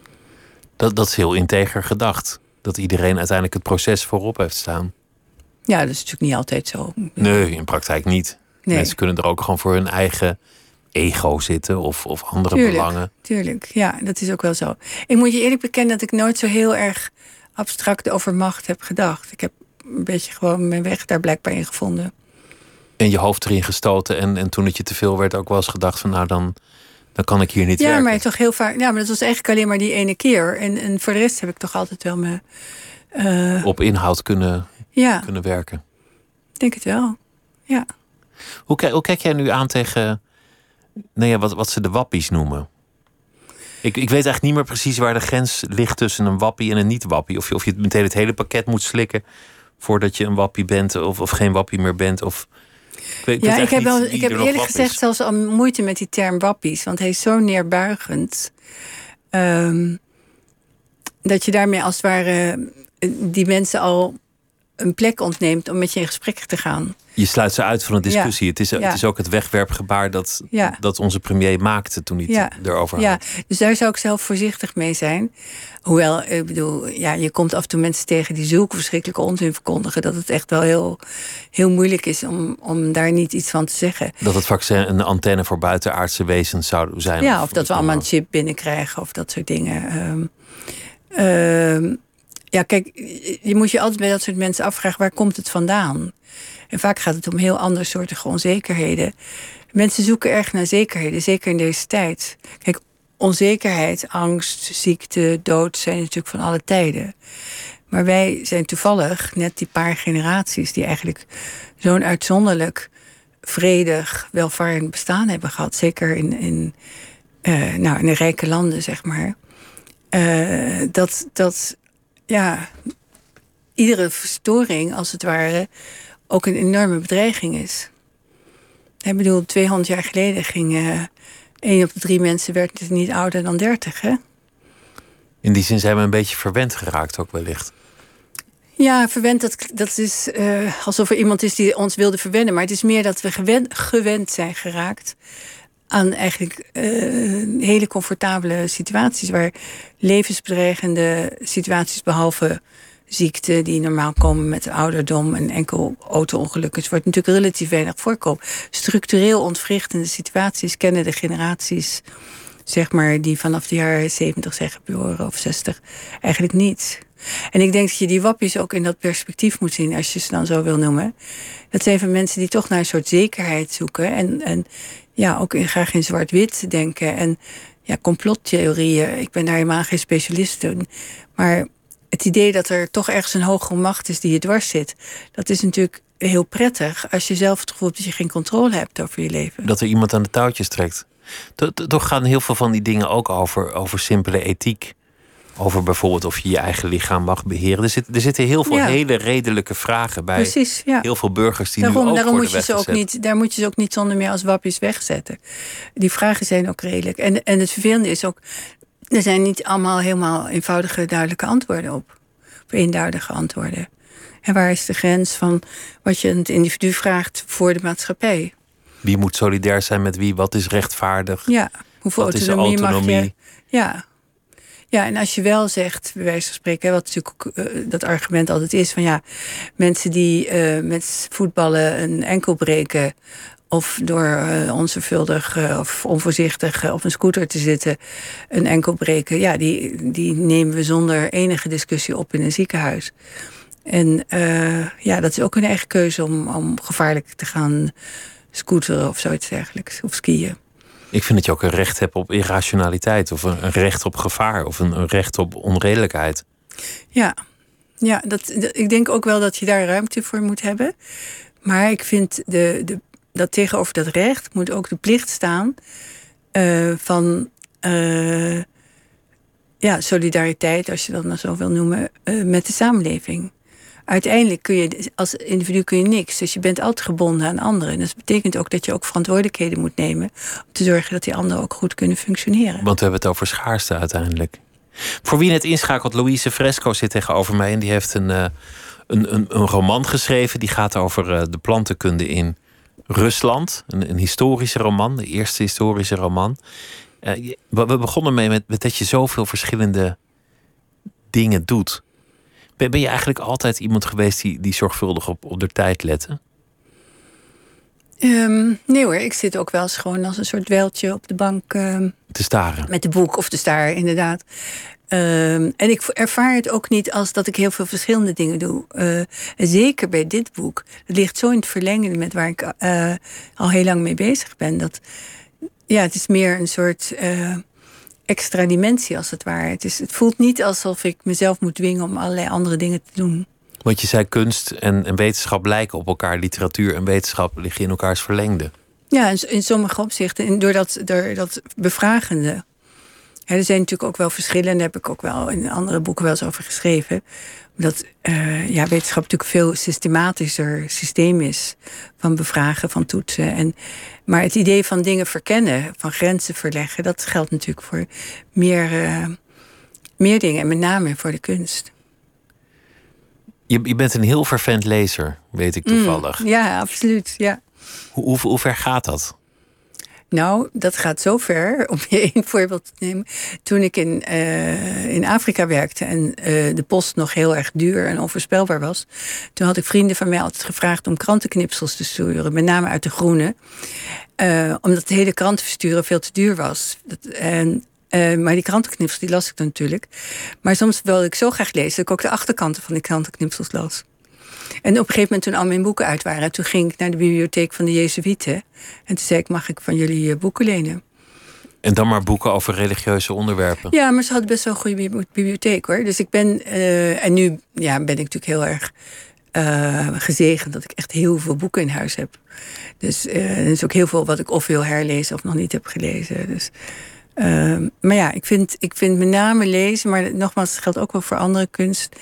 Dat, dat is heel integer gedacht. Dat iedereen uiteindelijk het proces voorop heeft staan. Ja, dat is natuurlijk niet altijd zo. Nee, in praktijk niet. Nee. Mensen kunnen er ook gewoon voor hun eigen ego zitten of, of andere tuurlijk, belangen. Tuurlijk, ja, dat is ook wel zo. Ik moet je eerlijk bekennen dat ik nooit zo heel erg abstract over macht heb gedacht. Ik heb een beetje gewoon mijn weg daar blijkbaar in gevonden. En je hoofd erin gestoten en, en toen het je te veel werd ook wel eens gedacht van nou dan, dan kan ik hier niet ja, werken. maar toch heel vaak. Ja, maar dat was eigenlijk alleen maar die ene keer. En, en voor de rest heb ik toch altijd wel me uh, op inhoud kunnen, ja, kunnen werken. Ik denk het wel. Ja. Hoe, hoe kijk jij nu aan tegen, nou ja, wat, wat ze de wappies noemen? Ik, ik weet eigenlijk niet meer precies waar de grens ligt tussen een wappie en een niet-wappie. Of je, of je meteen het hele pakket moet slikken voordat je een wappie bent of, of geen wappie meer bent. Of, ik weet, ja, ik heb, wel, ik heb eerlijk gezegd is. zelfs al moeite met die term wappies. Want hij is zo neerbuigend. Um, dat je daarmee als het ware die mensen al een plek ontneemt om met je in gesprek te gaan. Je sluit ze uit van een discussie. Ja. Het, is, ja. het is ook het wegwerpgebaar dat, ja. dat onze premier maakte toen hij ja. het erover ja. had. Dus daar zou ik zelf voorzichtig mee zijn. Hoewel, ik bedoel, ja, je komt af en toe mensen tegen die zulke verschrikkelijke onzin verkondigen, dat het echt wel heel, heel moeilijk is om, om daar niet iets van te zeggen. Dat het vaccin een antenne voor buitenaardse wezens zou zijn. Ja, of, of dat we allemaal een chip binnenkrijgen of dat soort dingen. Um, um, ja, kijk, je moet je altijd bij dat soort mensen afvragen, waar komt het vandaan? En vaak gaat het om heel andersoortige onzekerheden. Mensen zoeken erg naar zekerheden, zeker in deze tijd. Kijk, onzekerheid, angst, ziekte, dood zijn natuurlijk van alle tijden. Maar wij zijn toevallig net die paar generaties die eigenlijk zo'n uitzonderlijk vredig, welvarend bestaan hebben gehad. Zeker in, in, uh, nou, in de rijke landen, zeg maar. Uh, dat, dat ja, iedere verstoring, als het ware, ook een enorme bedreiging is. Ik bedoel, tweehonderd jaar geleden ging uh, één op de drie mensen werd niet ouder dan dertig, hè? In die zin zijn we een beetje verwend geraakt ook wellicht. Ja, verwend, dat, dat is uh, alsof er iemand is die ons wilde verwennen. Maar het is meer dat we gewend, gewend zijn geraakt aan eigenlijk uh, hele comfortabele situaties, waar levensbedreigende situaties, behalve ziekte die normaal komen met de ouderdom en enkel auto-ongelukken, het wordt natuurlijk relatief weinig voorkomen. Structureel ontwrichtende situaties kennen de generaties, zeg maar, die vanaf de jaren zeventig zijn geboren of zestig, eigenlijk niet. En ik denk dat je die wappies ook in dat perspectief moet zien, als je ze dan zo wil noemen. Dat zijn van mensen die toch naar een soort zekerheid zoeken en, en ja, ook in, graag in zwart-wit denken en ja, complottheorieën. Ik ben daar helemaal geen specialist in, maar het idee dat er toch ergens een hogere macht is die je dwars zit, dat is natuurlijk heel prettig als je zelf het gevoel hebt dat je geen controle hebt over je leven. Dat er iemand aan de touwtjes trekt. Toch gaan heel veel van die dingen ook over, over simpele ethiek. Over bijvoorbeeld of je je eigen lichaam mag beheren. Er, zit, er zitten heel veel ja. hele redelijke vragen bij. Precies, ja. Heel veel burgers die daarom, nu ook daarom worden moet je ze ook niet, daar moet je ze ook niet zonder meer als wappies wegzetten. Die vragen zijn ook redelijk. En, en het vervelende is ook, er zijn niet allemaal helemaal eenvoudige, duidelijke antwoorden op. Of eenduidige antwoorden. En waar is de grens van wat je het individu vraagt voor de maatschappij? Wie moet solidair zijn met wie? Wat is rechtvaardig? Ja, hoeveel wat autonomie, is autonomie mag je? Ja. Ja, en als je wel zegt, bij wijze van spreken, wat natuurlijk ook, uh, dat argument altijd is van ja, mensen die uh, met voetballen een enkel breken of door uh, onzorgvuldig uh, of onvoorzichtig uh, op een scooter te zitten een enkel breken, ja, die, die nemen we zonder enige discussie op in een ziekenhuis. En uh, ja, dat is ook hun eigen keuze om, om gevaarlijk te gaan scooteren of zoiets dergelijks, of skiën. Ik vind dat je ook een recht hebt op irrationaliteit, of een, een recht op gevaar, of een, een recht op onredelijkheid. Ja, ja dat, dat, ik denk ook wel dat je daar ruimte voor moet hebben. Maar ik vind de, de, dat tegenover dat recht moet ook de plicht staan uh, van uh, ja, solidariteit, als je dat nou zo wil noemen, uh, met de samenleving. Uiteindelijk kun je als individu kun je niks. Dus je bent altijd gebonden aan anderen. En dat betekent ook dat je ook verantwoordelijkheden moet nemen om te zorgen dat die anderen ook goed kunnen functioneren. Want we hebben het over schaarste uiteindelijk. Voor wie net inschakelt, Louise Fresco zit tegenover mij en die heeft een, uh, een, een, een roman geschreven. Die gaat over uh, de plantenkunde in Rusland. Een, een historische roman, de eerste historische roman. Uh, we, we begonnen mee met, met dat je zoveel verschillende dingen doet. Ben, ben je eigenlijk altijd iemand geweest die, die zorgvuldig op, op de tijd lette? Um, nee hoor, ik zit ook wel eens gewoon als een soort dweiltje op de bank. Um, te staren. Met de boek of te staren, inderdaad. Um, en ik ervaar het ook niet als dat ik heel veel verschillende dingen doe. Uh, zeker bij dit boek. Het ligt zo in het verlengde met waar ik uh, al heel lang mee bezig ben. Dat ja, het is meer een soort uh, extra dimensie als het ware. Het, is, het voelt niet alsof ik mezelf moet dwingen om allerlei andere dingen te doen. Want je zei kunst en, en wetenschap lijken op elkaar. Literatuur en wetenschap liggen in elkaars verlengde. Ja, in, in sommige opzichten. En door dat, door dat bevragende. Ja, er zijn natuurlijk ook wel verschillen. En daar heb ik ook wel in andere boeken wel eens over geschreven. Dat uh, ja, wetenschap natuurlijk een veel systematischer systeem is. Van bevragen, van toetsen. En, maar het idee van dingen verkennen, van grenzen verleggen, dat geldt natuurlijk voor meer, uh, meer dingen. En met name voor de kunst. Je, je bent een heel fervent lezer, weet ik toevallig. Mm, ja, absoluut. Ja. Hoe, hoe, hoe ver gaat dat? Nou, dat gaat zo ver, om je één voorbeeld te nemen. Toen ik in, uh, in Afrika werkte en uh, de post nog heel erg duur en onvoorspelbaar was. Toen had ik vrienden van mij altijd gevraagd om krantenknipsels te sturen. Met name uit de Groene. Uh, omdat het hele krantenversturen veel te duur was. Dat, en, uh, maar die krantenknipsels, die las ik dan natuurlijk. Maar soms wilde ik zo graag lezen dat ik ook de achterkanten van die krantenknipsels las. En op een gegeven moment toen al mijn boeken uit waren, toen ging ik naar de bibliotheek van de Jezuïeten. En toen zei ik, mag ik van jullie boeken lenen? En dan maar boeken over religieuze onderwerpen? Ja, maar ze hadden best wel een goede bibliotheek hoor. Dus ik ben, uh, en nu ja, ben ik natuurlijk heel erg uh, gezegend dat ik echt heel veel boeken in huis heb. Dus uh, er is ook heel veel wat ik of wil herlezen of nog niet heb gelezen. Dus... Uh, maar ja, ik vind, ik vind met name lezen, maar nogmaals, het geldt ook wel voor andere kunst,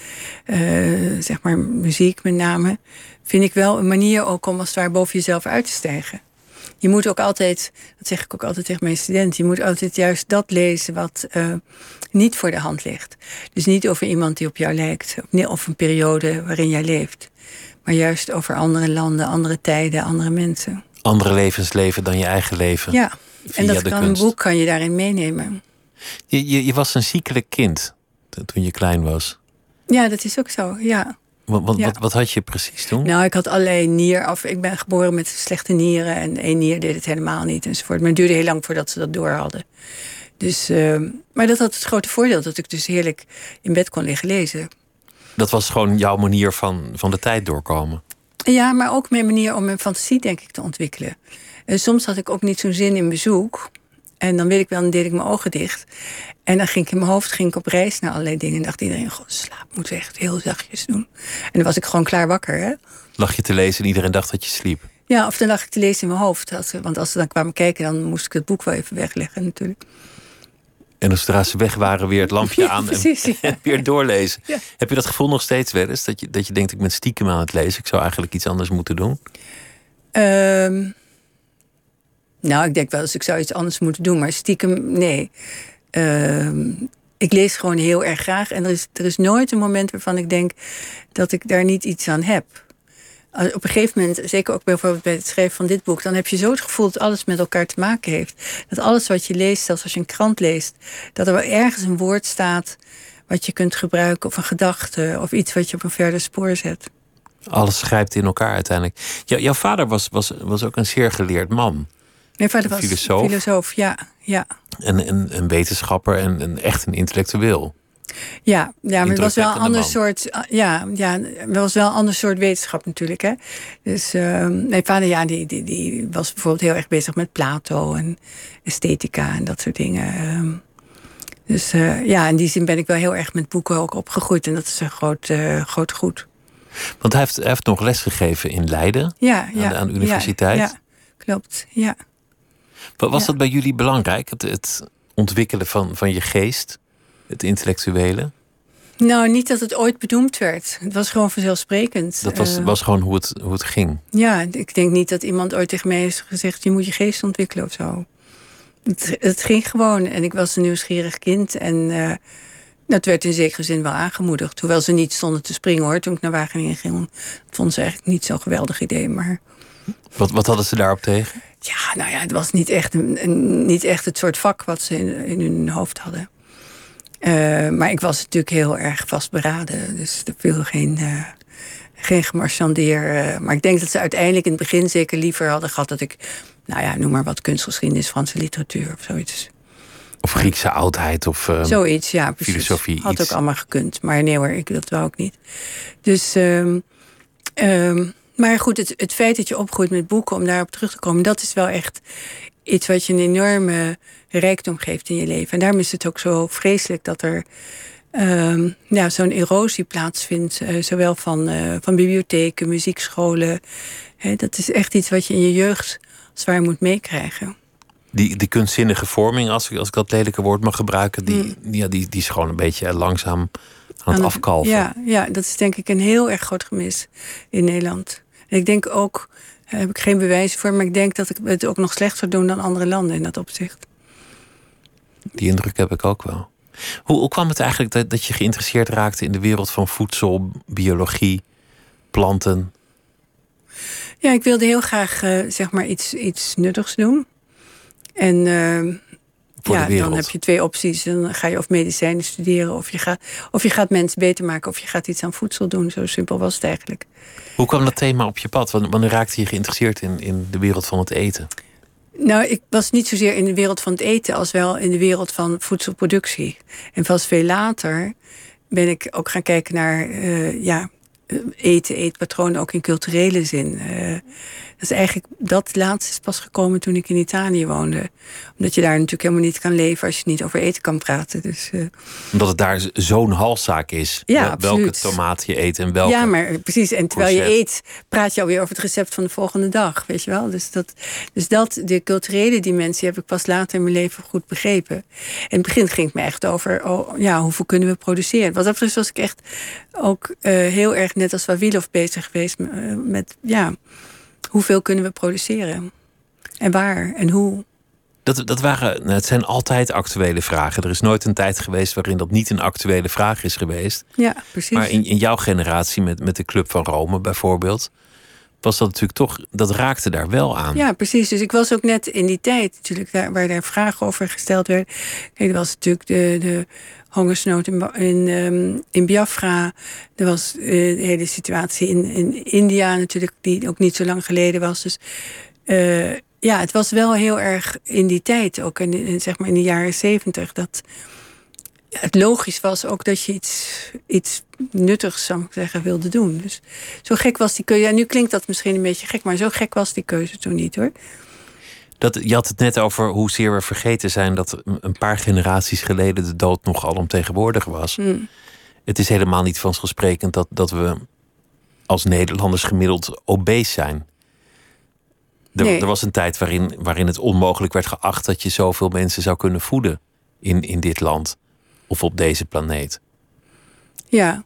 uh, zeg maar muziek met name, vind ik wel een manier ook om als het ware boven jezelf uit te stijgen. Je moet ook altijd, dat zeg ik ook altijd tegen mijn studenten, je moet altijd juist dat lezen wat uh, niet voor de hand ligt. Dus niet over iemand die op jou lijkt, of een periode waarin jij leeft, maar juist over andere landen, andere tijden, andere mensen. Andere levensleven dan je eigen leven. Ja. En dat kan een boek kan je daarin meenemen. Je, je, je was een ziekelijk kind toen je klein was. Ja, dat is ook zo, ja. Wat, wat, ja. wat, wat had je precies toen? Nou, ik had allerlei nier af. Ik ben geboren met slechte nieren en één nier deed het helemaal niet enzovoort. Maar het duurde heel lang voordat ze dat door hadden. Dus, uh, maar dat had het grote voordeel dat ik dus heerlijk in bed kon liggen lezen. Dat was gewoon jouw manier van, van de tijd doorkomen? Ja, maar ook mijn manier om mijn fantasie denk ik te ontwikkelen. En soms had ik ook niet zo'n zin in bezoek. En dan weet ik wel, dan deed ik mijn ogen dicht. En dan ging ik in mijn hoofd ging ik op reis naar allerlei dingen. En dacht iedereen, god, slaap moeten we echt heel zachtjes doen. En dan was ik gewoon klaar wakker. Hè? Lag je te lezen en iedereen dacht dat je sliep? Ja, of dan lag ik te lezen in mijn hoofd. Want als ze dan kwamen kijken, dan moest ik het boek wel even wegleggen natuurlijk. En zodra ze weg waren, weer het lampje aan ja, precies, en, ja. en weer doorlezen. Ja. Heb je dat gevoel nog steeds wel eens? Dat je, dat je denkt, ik ben stiekem aan het lezen. Ik zou eigenlijk iets anders moeten doen? Um, nou, ik denk wel eens, ik zou iets anders moeten doen. Maar stiekem, nee. Um, ik lees gewoon heel erg graag. En er is, er is nooit een moment waarvan ik denk dat ik daar niet iets aan heb. Op een gegeven moment, zeker ook bijvoorbeeld bij het schrijven van dit boek, dan heb je zo het gevoel dat alles met elkaar te maken heeft. Dat alles wat je leest, zelfs als je een krant leest, dat er wel ergens een woord staat wat je kunt gebruiken, of een gedachte, of iets wat je op een verder spoor zet. Alles grijpt in elkaar uiteindelijk. Jou, jouw vader was, was, was ook een zeer geleerd man. Mijn vader was filosoof, filosoof ja, ja. En een, een wetenschapper en een, echt een intellectueel. Ja, ja, maar het was wel een ander man. soort. Ja, ja, het was wel een ander soort wetenschap natuurlijk. Hè. Dus uh, mijn vader, ja, die, die, die was bijvoorbeeld heel erg bezig met Plato en esthetica en dat soort dingen. Um, dus uh, ja, in die zin ben ik wel heel erg met boeken ook opgegroeid. En dat is een groot, uh, groot goed. Want hij heeft, hij heeft nog lesgegeven in Leiden, ja, ja, aan, de, aan de universiteit. Ja, ja, klopt, ja. Was ja. dat bij jullie belangrijk, het, het ontwikkelen van, van je geest? Het intellectuele? Nou, niet dat het ooit benoemd werd. Het was gewoon vanzelfsprekend. Dat was, uh, was gewoon hoe het, hoe het ging? Ja, ik denk niet dat iemand ooit tegen mij heeft gezegd, je moet je geest ontwikkelen of zo. Het, het ging gewoon. En ik was een nieuwsgierig kind. En uh, dat werd in zekere zin wel aangemoedigd. Hoewel ze niet stonden te springen hoor, toen ik naar Wageningen ging. Dat vonden ze eigenlijk niet zo'n geweldig idee. Maar... Wat, wat hadden ze daarop tegen? Ja, nou ja, het was niet echt, een, een, niet echt het soort vak wat ze in, in hun hoofd hadden. Uh, maar ik was natuurlijk heel erg vastberaden. Dus er viel geen, uh, geen gemarchandeer. Uh, maar ik denk dat ze uiteindelijk in het begin zeker liever hadden gehad dat ik, nou ja, noem maar wat, kunstgeschiedenis, Franse literatuur of zoiets. Of Griekse oudheid of uh, zoiets, ja, precies. Filosofie. Had iets. ook allemaal gekund. Maar nee hoor, ik, dat wou ik niet. Dus, um, um, maar goed, het, het feit dat je opgroeit met boeken, om daarop terug te komen, dat is wel echt iets wat je een enorme rijkdom geeft in je leven. En daarom is het ook zo vreselijk dat er um, ja, zo'n erosie plaatsvindt. Uh, zowel van, uh, van bibliotheken, muziekscholen. He, dat is echt iets wat je in je jeugd zwaar moet meekrijgen. Die, die kunstzinnige vorming, als ik, als ik dat lelijke woord mag gebruiken, die, mm. ja, die, die is gewoon een beetje langzaam aan, aan het afkalven. Ja, ja, dat is denk ik een heel erg groot gemis in Nederland. En ik denk ook, daar heb ik geen bewijzen voor, maar ik denk dat ik het ook nog slechter doen dan andere landen in dat opzicht. Die indruk heb ik ook wel. Hoe, hoe kwam het eigenlijk dat, dat je geïnteresseerd raakte in de wereld van voedsel, biologie, planten? Ja, ik wilde heel graag uh, zeg maar iets, iets nuttigs doen. En uh, Voor ja, de wereld. Dan heb je twee opties. Dan ga je of medicijnen studeren, of je, gaat, of je gaat mensen beter maken, of je gaat iets aan voedsel doen. Zo simpel was het eigenlijk. Hoe kwam dat thema op je pad? Wanneer raakte je geïnteresseerd in, in de wereld van het eten? Nou, ik was niet zozeer in de wereld van het eten als wel in de wereld van voedselproductie. En pas veel later ben ik ook gaan kijken naar uh, ja, eten, eetpatronen, ook in culturele zin. Uh, dat is eigenlijk, dat laatste is pas gekomen toen ik in Italië woonde. Omdat je daar natuurlijk helemaal niet kan leven als je niet over eten kan praten. Dus, uh, Omdat het daar zo'n halszaak is. Ja, wel, welke tomaat je eet en welke. Ja, maar precies. En terwijl recept. je eet, praat je alweer over het recept van de volgende dag. Weet je wel? Dus dat, dus dat de culturele dimensie heb ik pas later in mijn leven goed begrepen. In het begin ging het me echt over, oh, ja, hoeveel kunnen we produceren? Wat dat betreft was ik echt ook uh, heel erg net als Vavilov bezig geweest uh, met, ja, hoeveel kunnen we produceren? En waar en hoe? Dat, dat waren, nou, het zijn altijd actuele vragen. Er is nooit een tijd geweest waarin dat niet een actuele vraag is geweest. Ja, precies. Maar in, in jouw generatie, met, met de Club van Rome bijvoorbeeld, was dat natuurlijk toch, dat raakte daar wel aan. Ja, precies. Dus ik was ook net in die tijd natuurlijk daar, waar daar vragen over gesteld werden. Kijk, er was natuurlijk de, de hongersnood in, in, um, in Biafra. Er was uh, de hele situatie in, in India natuurlijk, die ook niet zo lang geleden was. Dus uh, ja, het was wel heel erg in die tijd, ook in, in, zeg maar in de jaren zeventig, dat het logisch was ook dat je iets, iets nuttigs, zou ik zeggen, wilde doen. Dus zo gek was die keuze. Ja, nu klinkt dat misschien een beetje gek, maar zo gek was die keuze toen niet, hoor. Dat, je had het net over hoezeer we vergeten zijn dat een paar generaties geleden de dood nog alomtegenwoordig was. Hmm. Het is helemaal niet vanzelfsprekend dat, dat we als Nederlanders gemiddeld obese zijn. Er, Nee. er was een tijd waarin, waarin het onmogelijk werd geacht dat je zoveel mensen zou kunnen voeden in, in dit land of op deze planeet. Ja.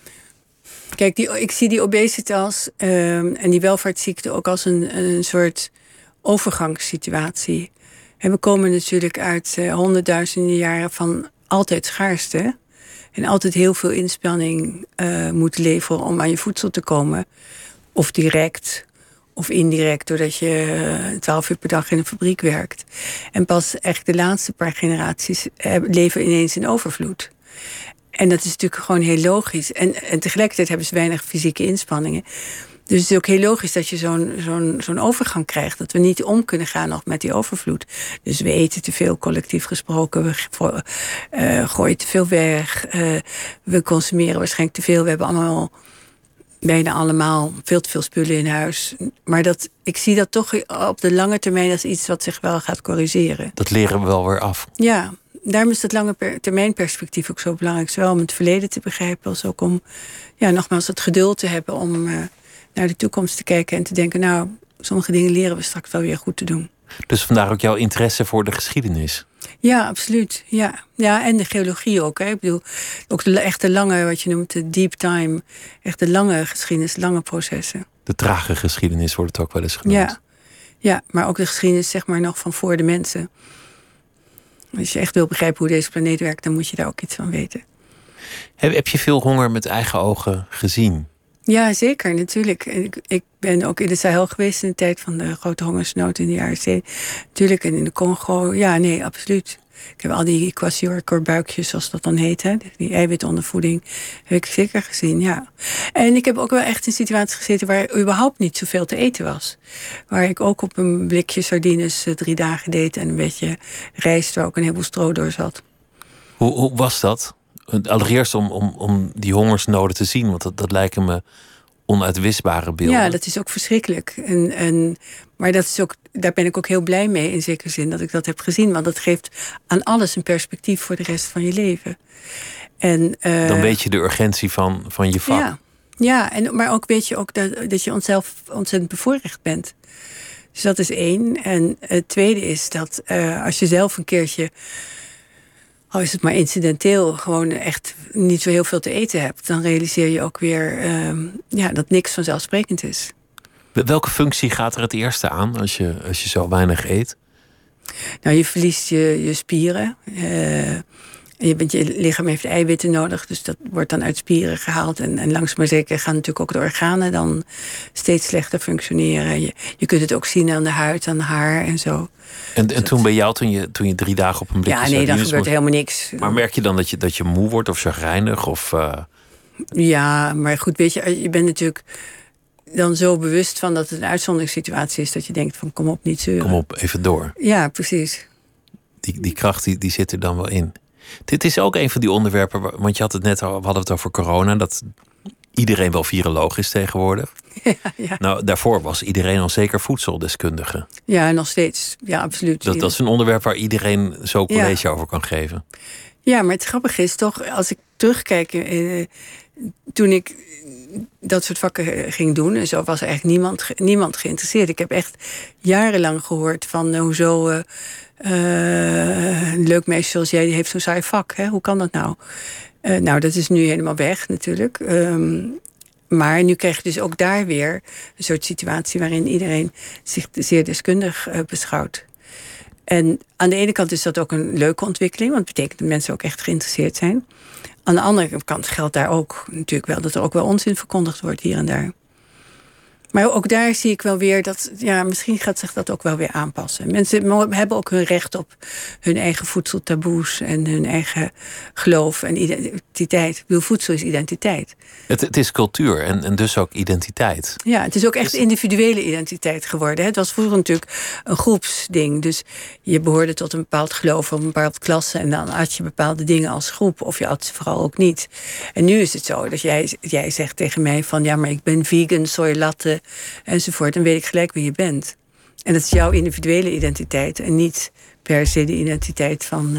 Kijk, die, ik zie die obesitas um, en die welvaartsziekte ook als een, een soort overgangssituatie. En we komen natuurlijk uit uh, honderdduizenden jaren van altijd schaarste. En altijd heel veel inspanning uh, moeten leveren om aan je voedsel te komen. Of direct of indirect, doordat je twaalf uur per dag in een fabriek werkt. En pas echt de laatste paar generaties uh, leven ineens in overvloed. En dat is natuurlijk gewoon heel logisch. En, en tegelijkertijd hebben ze weinig fysieke inspanningen. Dus het is ook heel logisch dat je zo'n zo'n zo'n overgang krijgt. Dat we niet om kunnen gaan nog met die overvloed. Dus we eten te veel, collectief gesproken. We uh, gooien te veel weg. Uh, we consumeren waarschijnlijk te veel. We hebben allemaal, bijna allemaal, veel te veel spullen in huis. Maar dat, ik zie dat toch op de lange termijn als iets wat zich wel gaat corrigeren. Dat leren we wel weer af. Ja. Daarom is dat lange per, termijn perspectief ook zo belangrijk. Zowel om het verleden te begrijpen als ook om, ja, nogmaals, het geduld te hebben om uh, naar de toekomst te kijken en te denken, nou, sommige dingen leren we straks wel weer goed te doen. Dus vandaar ook jouw interesse voor de geschiedenis. Ja, absoluut. Ja, ja, en de geologie ook. Hè. Ik bedoel, ook de echte lange, wat je noemt, de deep time. Echt de lange geschiedenis, lange processen. De trage geschiedenis wordt het ook wel eens genoemd. Ja, ja, maar ook de geschiedenis, zeg maar, nog van voor de mensen. Als je echt wil begrijpen hoe deze planeet werkt, dan moet je daar ook iets van weten. Heb, heb je veel honger met eigen ogen gezien? Ja, zeker, natuurlijk. Ik, ik ben ook in de Sahel geweest in de tijd van de grote hongersnood in de jaren zeventig. Natuurlijk, en in de Congo. Ja, nee, absoluut. Ik heb al die kwashiorkor-buikjes, zoals dat dan heet, hè, die eiwitondervoeding, heb ik zeker gezien, ja. En ik heb ook wel echt in situaties gezeten waar überhaupt niet zoveel te eten was. Waar ik ook op een blikje sardines uh, drie dagen deed en een beetje rijst waar ook een heleboel stro door zat. Hoe, hoe was dat? Allereerst om, om, om die hongersnoden te zien, want dat, dat lijken me onuitwisbare beelden. Ja, dat is ook verschrikkelijk. En, en, Maar dat is ook, daar ben ik ook heel blij mee in zekere zin dat ik dat heb gezien. Want dat geeft aan alles een perspectief voor de rest van je leven. En, uh, Dan weet je de urgentie van, van je vak. Ja, ja en, maar ook weet je ook dat, dat je onszelf ontzettend bevoorrecht bent. Dus dat is één. En het tweede is dat uh, als je zelf een keertje, al is het maar incidenteel, gewoon echt niet zo heel veel te eten hebt, dan realiseer je ook weer uh, ja, dat niks vanzelfsprekend is. Welke functie gaat er het eerste aan als je, als je zo weinig eet? Nou, je verliest je, je spieren. Uh, je, bent, je lichaam heeft eiwitten nodig, dus dat wordt dan uit spieren gehaald. En, en langzaam maar zeker gaan natuurlijk ook de organen dan steeds slechter functioneren. Je, je kunt het ook zien aan de huid, aan de haar en zo. En, en toen bij jou, toen je, toen je drie dagen op een blikje Ja, nee, dan sardines gebeurt moest... helemaal niks. Maar merk je dan dat je, dat je moe wordt of chagrijnig? Of, uh... Ja, maar goed, weet je, je bent natuurlijk dan zo bewust van dat het een uitzonderingssituatie is, dat je denkt van kom op, niet zeuren. Kom op, even door. Ja, precies. Die, die kracht die, die zit er dan wel in. Dit is ook een van die onderwerpen, want je had het net, we hadden het over corona, dat iedereen wel viroloog is tegenwoordig. Ja, ja. Nou, daarvoor was iedereen al zeker voedseldeskundige. Ja, nog steeds. Ja, absoluut. Dat, dat is een onderwerp waar iedereen zo college Ja. over kan geven. Ja, maar het grappige is toch, als ik terugkijk, eh, toen ik dat soort vakken ging doen, en zo was er eigenlijk niemand, niemand geïnteresseerd. Ik heb echt jarenlang gehoord van uh, hoezo uh, uh, een leuk meisje zoals jij, die heeft zo'n saai vak. Hè? Hoe kan dat nou? Uh, nou, dat is nu helemaal weg natuurlijk. Um, maar nu krijg je dus ook daar weer een soort situatie waarin iedereen zich zeer deskundig uh, beschouwt. En aan de ene kant is dat ook een leuke ontwikkeling, want het betekent dat mensen ook echt geïnteresseerd zijn. Aan de andere kant geldt daar ook natuurlijk wel dat er ook wel onzin verkondigd wordt hier en daar. Maar ook daar zie ik wel weer dat, ja, misschien gaat zich dat ook wel weer aanpassen. Mensen hebben ook hun recht op hun eigen voedseltaboes en hun eigen geloof en identiteit. Ik bedoel, voedsel is identiteit. Het, het is cultuur en, en dus ook identiteit. Ja, het is ook echt individuele identiteit geworden. Het was vroeger natuurlijk een groepsding. Dus je behoorde tot een bepaald geloof of een bepaalde klasse en dan had je bepaalde dingen als groep. Of je had ze vooral ook niet. En nu is het zo dat jij, jij zegt tegen mij van ja, maar ik ben vegan, soy latte enzovoort. Dan weet ik gelijk wie je bent. En dat is jouw individuele identiteit en niet per se de identiteit van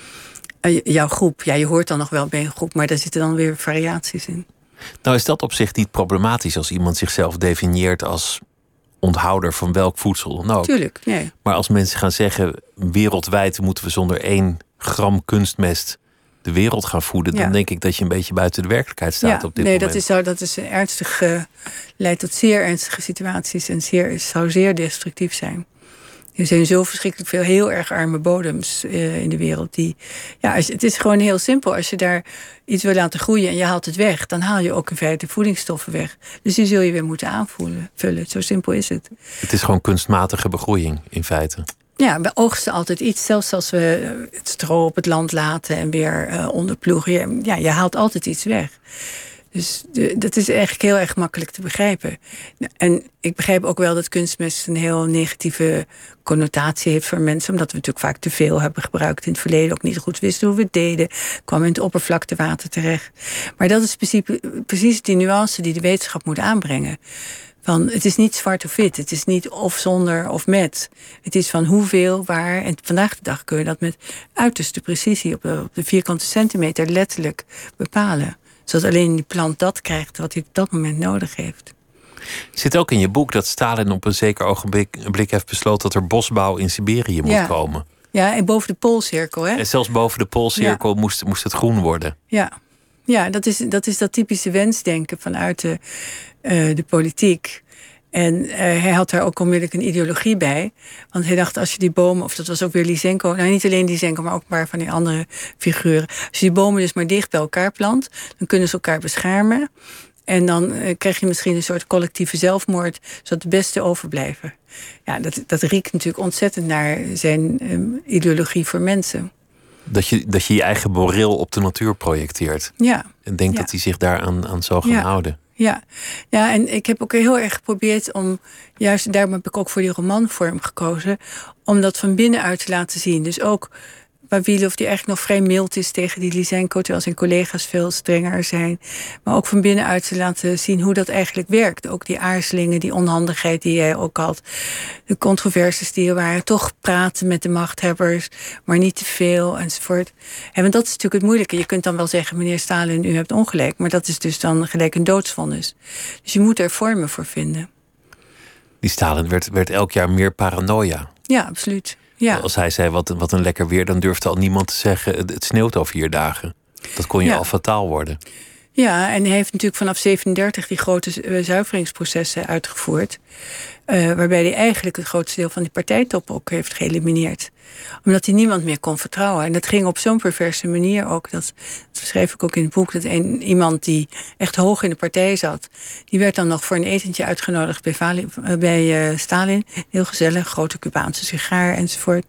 uh, jouw groep. Ja, je hoort dan nog wel bij een groep, maar daar zitten dan weer variaties in. Nou is dat op zich niet problematisch als iemand zichzelf definieert als onthouder van welk voedsel dan ook. Tuurlijk, nee. Maar als mensen gaan zeggen wereldwijd moeten we zonder één gram kunstmest de wereld gaan voeden, ja. Dan denk ik dat je een beetje buiten de werkelijkheid staat ja, op dit nee, moment. Dat is, zo, dat is ernstig, uh, leidt tot zeer ernstige situaties en zeer, zou zeer destructief zijn. Er zijn zo verschrikkelijk veel heel erg arme bodems uh, in de wereld. Die, ja, als, het is gewoon heel simpel. Als je daar iets wil laten groeien en je haalt het weg, dan haal je ook in feite voedingsstoffen weg. Dus die zul je weer moeten aanvullen. Zo simpel is het. Het is gewoon kunstmatige begroeiing in feite. Ja, we oogsten altijd iets. Zelfs als we het stro op het land laten en weer uh, onderploegen. Ja, je haalt altijd iets weg. Dus de, dat is eigenlijk heel erg makkelijk te begrijpen. En ik begrijp ook wel dat kunstmest een heel negatieve connotatie heeft voor mensen. Omdat we natuurlijk vaak te veel hebben gebruikt in het verleden. Ook niet goed wisten hoe we het deden. Kwam in het oppervlaktewater terecht. Maar dat is precies, precies die nuance die de wetenschap moet aanbrengen. Van, het is niet zwart of wit. Het is niet of zonder of met. Het is van hoeveel, waar. En vandaag de dag kun je dat met uiterste precisie op de, op de vierkante centimeter letterlijk bepalen. Zodat alleen die plant dat krijgt wat hij op dat moment nodig heeft. Het zit ook in je boek dat Stalin op een zeker ogenblik een blik heeft besloten dat er bosbouw in Siberië moet ja. komen. Ja, en boven de Poolcirkel, hè? En zelfs boven de Poolcirkel ja. moest, moest het groen worden. Ja, ja dat, is, dat is dat typische wensdenken vanuit de, uh, de politiek. En uh, hij had daar ook onmiddellijk een ideologie bij. Want hij dacht, als je die bomen, of dat was ook weer Lysenko, nou niet alleen Lysenko, maar ook een paar van die andere figuren. Als je die bomen dus maar dicht bij elkaar plant, dan kunnen ze elkaar beschermen. En dan uh, krijg je misschien een soort collectieve zelfmoord, zodat de beste overblijven. Ja, dat, dat riekt natuurlijk ontzettend naar zijn um, ideologie voor mensen. Dat je, dat je je eigen moreel op de natuur projecteert. Ja. En denkt ja. dat hij zich daaraan aan zal gaan ja. houden. Ja. ja, en ik heb ook heel erg geprobeerd om, juist daarom heb ik ook voor die romanvorm gekozen, om dat van binnenuit te laten zien. Dus ook Vavilov, die echt nog vrij mild is tegen die Lysenko, terwijl zijn collega's veel strenger zijn. Maar ook van binnenuit te laten zien hoe dat eigenlijk werkt. Ook die aarzelingen, die onhandigheid die jij ook had. De controversies die er waren. Toch praten met de machthebbers, maar niet te veel enzovoort. En want dat is natuurlijk het moeilijke. Je kunt dan wel zeggen, meneer Stalin, u hebt ongelijk. Maar dat is dus dan gelijk een doodsvonnis. Dus je moet er vormen voor vinden. Die Stalin werd, werd elk jaar meer paranoia. Ja, absoluut. Ja. Als hij zei, wat, wat een lekker weer, dan durfde al niemand te zeggen, het, het sneeuwt over vier dagen. Dat kon je Ja. al fataal worden. Ja, en hij heeft natuurlijk vanaf zevenendertig die grote zuiveringsprocessen uitgevoerd. Uh, waarbij hij eigenlijk het grootste deel van die partijtop ook heeft geëlimineerd. Omdat hij niemand meer kon vertrouwen. En dat ging op zo'n perverse manier ook. Dat, dat beschrijf ik ook in het boek. Dat een, iemand die echt hoog in de partij zat, die werd dan nog voor een etentje uitgenodigd bij, Vali, bij uh, Stalin. Heel gezellig, grote Cubaanse sigaar enzovoort.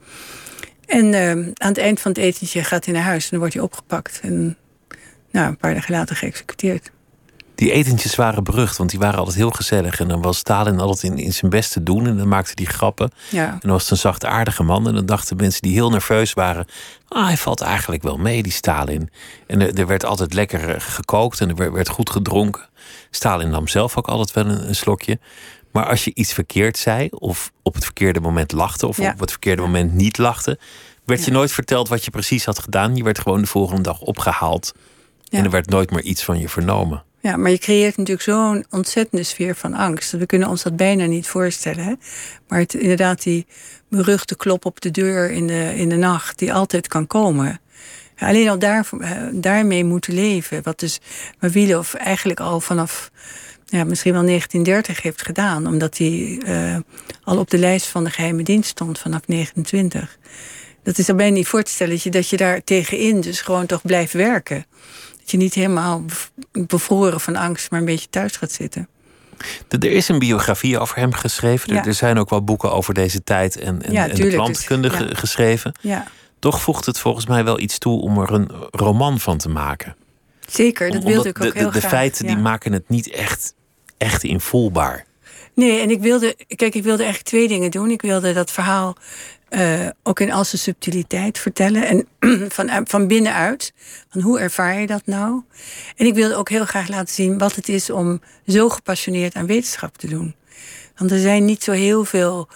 En uh, aan het eind van het etentje gaat hij naar huis en dan wordt hij opgepakt. En nou, een paar dagen later geëxecuteerd. Die etentjes waren berucht, want die waren altijd heel gezellig. En dan was Stalin altijd in, in zijn best te doen. En dan maakte hij grappen. Ja. En dan was het een zachtaardige man. En dan dachten mensen die heel nerveus waren, ah, hij valt eigenlijk wel mee, die Stalin. En er, er werd altijd lekker gekookt en er werd, werd goed gedronken. Stalin nam zelf ook altijd wel een, een slokje. Maar als je iets verkeerd zei, of op het verkeerde moment lachte, of Ja. op het verkeerde moment niet lachte, werd Ja. je nooit verteld wat je precies had gedaan. Je werd gewoon de volgende dag opgehaald. Ja. En er werd nooit meer iets van je vernomen. Ja, maar je creëert natuurlijk zo'n ontzettende sfeer van angst. We kunnen ons dat bijna niet voorstellen. Hè? Maar het, inderdaad, die beruchte klop op de deur in de, in de nacht, die altijd kan komen. Ja, alleen al daar, daarmee moeten leven. Wat dus Vavilov eigenlijk al vanaf ja, misschien wel negentien dertig heeft gedaan. Omdat hij uh, al op de lijst van de geheime dienst stond vanaf negenentwintig. Dat is dan bijna niet voor te stellen dat je, dat je daar tegenin dus gewoon toch blijft werken. Dat je niet helemaal bevroren van angst, maar een beetje thuis gaat zitten. Er is een biografie over hem geschreven. Ja. Er zijn ook wel boeken over deze tijd en, en, Ja, en de tuurlijk, plantenkunde dus, ja. ge- geschreven. Ja, Toch voegt het volgens mij wel iets toe om er een roman van te maken. zeker. Dat Om- wilde omdat ik ook de, heel de, de graag. feiten ja. die maken het niet echt, echt invoelbaar. Nee, en ik wilde, kijk, ik wilde eigenlijk twee dingen doen. Ik wilde dat verhaal uh, ook in al zijn subtiliteit vertellen. En van, van binnenuit. Van hoe ervaar je dat nou? En ik wilde ook heel graag laten zien wat het is om zo gepassioneerd aan wetenschap te doen. Want er zijn niet zo heel veel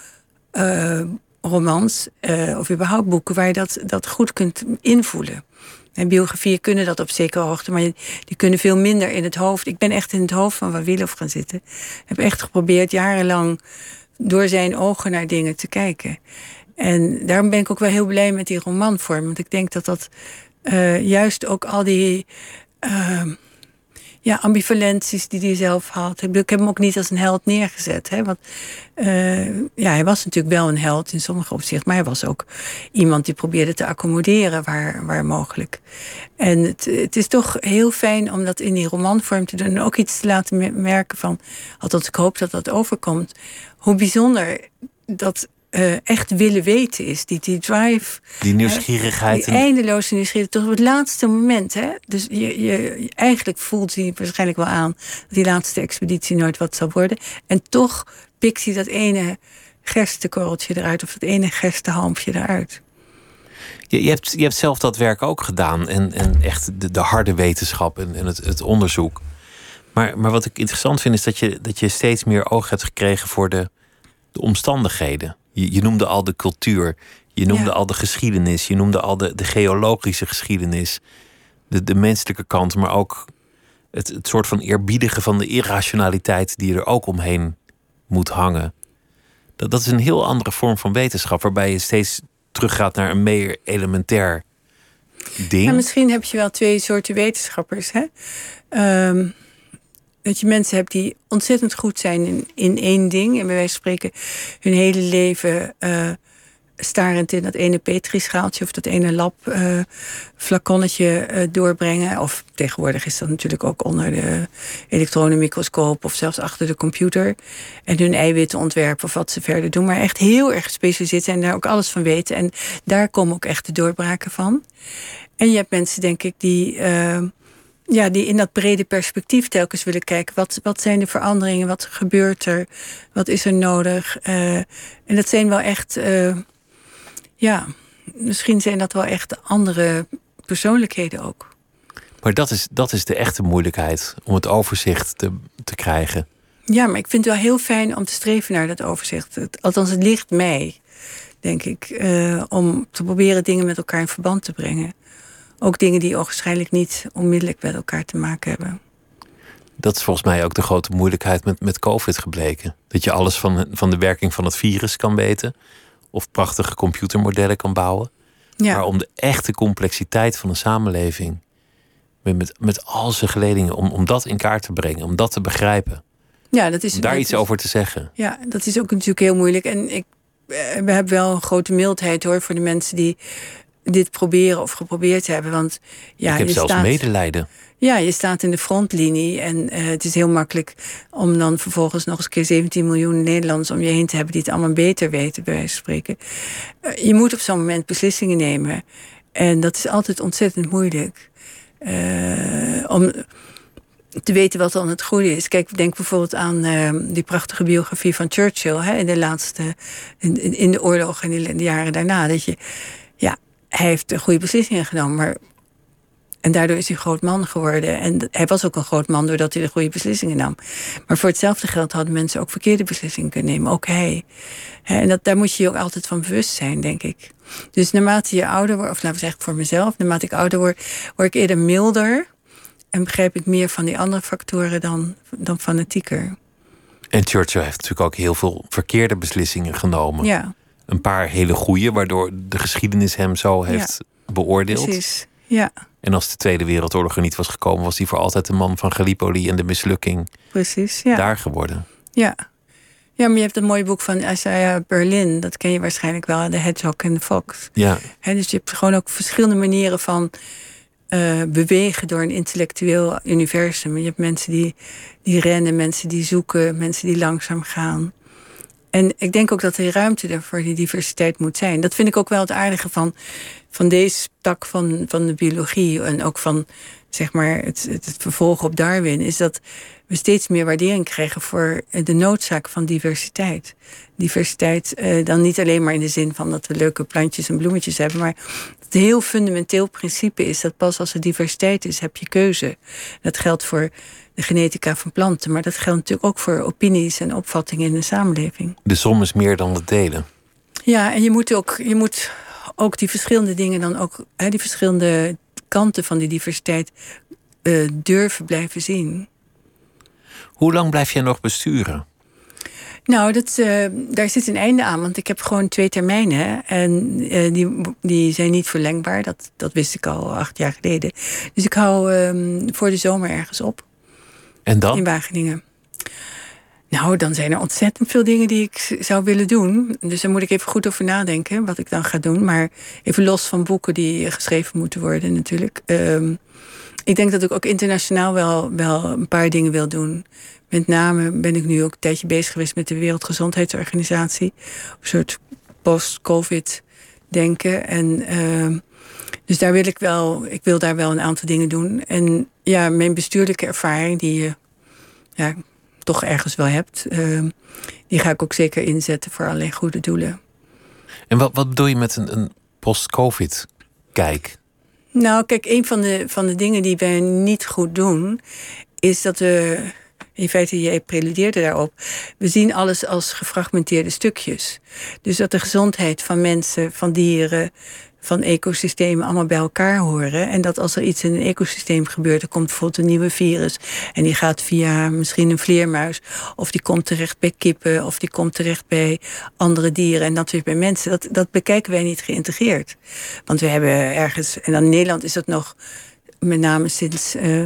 uh, romans uh, of überhaupt boeken waar je dat, dat goed kunt invoelen. En biografieën kunnen dat op zekere hoogte, maar die kunnen veel minder in het hoofd. Ik ben echt in het hoofd van Vavilov gaan zitten. Ik heb echt geprobeerd jarenlang door zijn ogen naar dingen te kijken. En daarom ben ik ook wel heel blij met die romanvorm. Want ik denk dat dat uh, juist ook al die uh, ja, ambivalenties die hij zelf had. Ik heb hem ook niet als een held neergezet. Hè? Want uh, ja, hij was natuurlijk wel een held in sommige opzichten. Maar hij was ook iemand die probeerde te accommoderen waar, waar mogelijk. En het, het is toch heel fijn om dat in die romanvorm te doen. En ook iets te laten merken van, althans ik hoop dat dat overkomt, hoe bijzonder dat Uh, echt willen weten is. Die, die drive. Die nieuwsgierigheid. Die eindeloze nieuwsgierigheid. Tot op het laatste moment. Hè? Dus je, je, eigenlijk voelt hij waarschijnlijk wel aan dat die laatste expeditie nooit wat zal worden. En toch pikt hij dat ene gerstekorreltje eruit. Of dat ene gerstehalmpje eruit. Je, je, hebt, je hebt zelf dat werk ook gedaan. En, en echt de, de harde wetenschap en, en het, het onderzoek. Maar, maar wat ik interessant vind is dat je, dat je steeds meer oog hebt gekregen voor de, de omstandigheden. Je, je noemde al de cultuur, je noemde ja. al de geschiedenis, je noemde al de, de geologische geschiedenis, de, de menselijke kant, maar ook het, het soort van eerbiedigen van de irrationaliteit die er ook omheen moet hangen. Dat, dat is een heel andere vorm van wetenschap, waarbij je steeds teruggaat naar een meer elementair ding. Ja, misschien heb je wel twee soorten wetenschappers, hè? Um... Dat je mensen hebt die ontzettend goed zijn in, in één ding. En bij wijze van spreken hun hele leven uh, starend in dat ene petrischaaltje of dat ene lab uh, flaconnetje uh, doorbrengen. Of tegenwoordig is dat natuurlijk ook onder de elektronenmicroscoop of zelfs achter de computer. En hun eiwitten ontwerpen of wat ze verder doen. Maar echt heel erg gespecialiseerd zijn en daar ook alles van weten. En daar komen ook echt de doorbraken van. En je hebt mensen, denk ik, die Uh, Ja, die in dat brede perspectief telkens willen kijken. Wat, wat zijn de veranderingen? Wat gebeurt er? Wat is er nodig? Uh, en dat zijn wel echt, uh, ja, misschien zijn dat wel echt andere persoonlijkheden ook. Maar dat is, dat is de echte moeilijkheid, om het overzicht te, te krijgen. Ja, maar ik vind het wel heel fijn om te streven naar dat overzicht. Het, althans, het ligt mij, denk ik, uh, om te proberen dingen met elkaar in verband te brengen. Ook dingen die waarschijnlijk niet onmiddellijk met elkaar te maken hebben. Dat is volgens mij ook de grote moeilijkheid met, met COVID gebleken. Dat je alles van, van de werking van het virus kan weten. Of prachtige computermodellen kan bouwen. Ja. Maar om de echte complexiteit van een samenleving, met, met, met al zijn geledingen, om, om dat in kaart te brengen, om dat te begrijpen. Ja, dat is, om daar dat iets is, over te zeggen. Ja, dat is ook natuurlijk heel moeilijk. En ik, we hebben wel een grote mildheid hoor voor de mensen die dit proberen of geprobeerd hebben. Want ja, ik heb je zelfs staat, medelijden. Ja, je staat in de frontlinie en uh, het is heel makkelijk om dan vervolgens nog eens een keer zeventien miljoen Nederlanders om je heen te hebben die het allemaal beter weten, bij wijze van spreken. Uh, je moet op zo'n moment beslissingen nemen. En dat is altijd ontzettend moeilijk. Uh, om te weten wat dan het goede is. Kijk, denk bijvoorbeeld aan uh, die prachtige biografie van Churchill, hè, in de laatste, in, in de oorlog en in de jaren daarna. Dat je, ja, hij heeft goede beslissingen genomen, maar en daardoor is hij een groot man geworden. En hij was ook een groot man doordat hij de goede beslissingen nam. Maar voor hetzelfde geld hadden mensen ook verkeerde beslissingen kunnen nemen. Ook hij. En dat, daar moet je je ook altijd van bewust zijn, denk ik. Dus naarmate je ouder wordt, of laten we zeggen voor mezelf, naarmate ik ouder word, word ik eerder milder en begrijp ik meer van die andere factoren dan, dan fanatieker. En Churchill heeft natuurlijk ook heel veel verkeerde beslissingen genomen. Ja. Een paar hele goede, waardoor de geschiedenis hem zo heeft ja. beoordeeld. Precies, ja. En als de Tweede Wereldoorlog er niet was gekomen, was hij voor altijd de man van Gallipoli en de mislukking. Precies, ja. Daar geworden. Ja. Ja, maar je hebt een mooi boek van Isaiah Berlin. Dat ken je waarschijnlijk wel, The Hedgehog and the Fox. Ja. He, dus je hebt gewoon ook verschillende manieren van uh, bewegen door een intellectueel universum. Je hebt mensen die, die rennen, mensen die zoeken, mensen die langzaam gaan. En ik denk ook dat er ruimte er voor die diversiteit moet zijn. Dat vind ik ook wel het aardige van, van deze tak van, van de biologie. En ook van zeg maar, het, het, het vervolg op Darwin. Is dat we steeds meer waardering krijgen voor de noodzaak van diversiteit. Diversiteit eh, dan niet alleen maar in de zin van dat we leuke plantjes en bloemetjes hebben. Maar het een heel fundamenteel principe is dat pas als er diversiteit is, heb je keuze. Dat geldt voor de genetica van planten. Maar dat geldt natuurlijk ook voor opinies en opvattingen in de samenleving. De som is meer dan het delen. Ja, en je moet ook, je moet ook die verschillende dingen dan ook, hè, die verschillende kanten van die diversiteit uh, durven blijven zien. Hoe lang blijf jij nog besturen? Nou, dat, uh, daar zit een einde aan, want ik heb gewoon twee termijnen. En uh, die, die zijn niet verlengbaar. Dat, dat wist ik al acht jaar geleden. Dus ik hou um, voor de zomer ergens op. En dan? In Wageningen. Nou, dan zijn er ontzettend veel dingen die ik zou willen doen. Dus daar moet ik even goed over nadenken wat ik dan ga doen. Maar even los van boeken die geschreven moeten worden natuurlijk. Um, ik denk dat ik ook internationaal wel, wel een paar dingen wil doen. Met name ben ik nu ook een tijdje bezig geweest met de Wereldgezondheidsorganisatie. Een soort post-covid denken. En uh, dus daar wil ik wel, ik wil daar wel een aantal dingen doen. En ja, mijn bestuurlijke ervaring die je ja, toch ergens wel hebt, uh, die ga ik ook zeker inzetten voor allerlei goede doelen. En wat, wat bedoel je met een, een post-covid kijk? Nou, kijk, een van de, van de dingen die wij niet goed doen, is dat we, in feite, je preludeerde daarop, we zien alles als gefragmenteerde stukjes. Dus dat de gezondheid van mensen, van dieren, van ecosystemen allemaal bij elkaar horen. En dat als er iets in een ecosysteem gebeurt, er komt bijvoorbeeld een nieuwe virus en die gaat via misschien een vleermuis, of die komt terecht bij kippen, of die komt terecht bij andere dieren en dat weer bij mensen. Dat, dat bekijken wij niet geïntegreerd. Want we hebben ergens, en dan in Nederland is dat nog met name sinds Uh,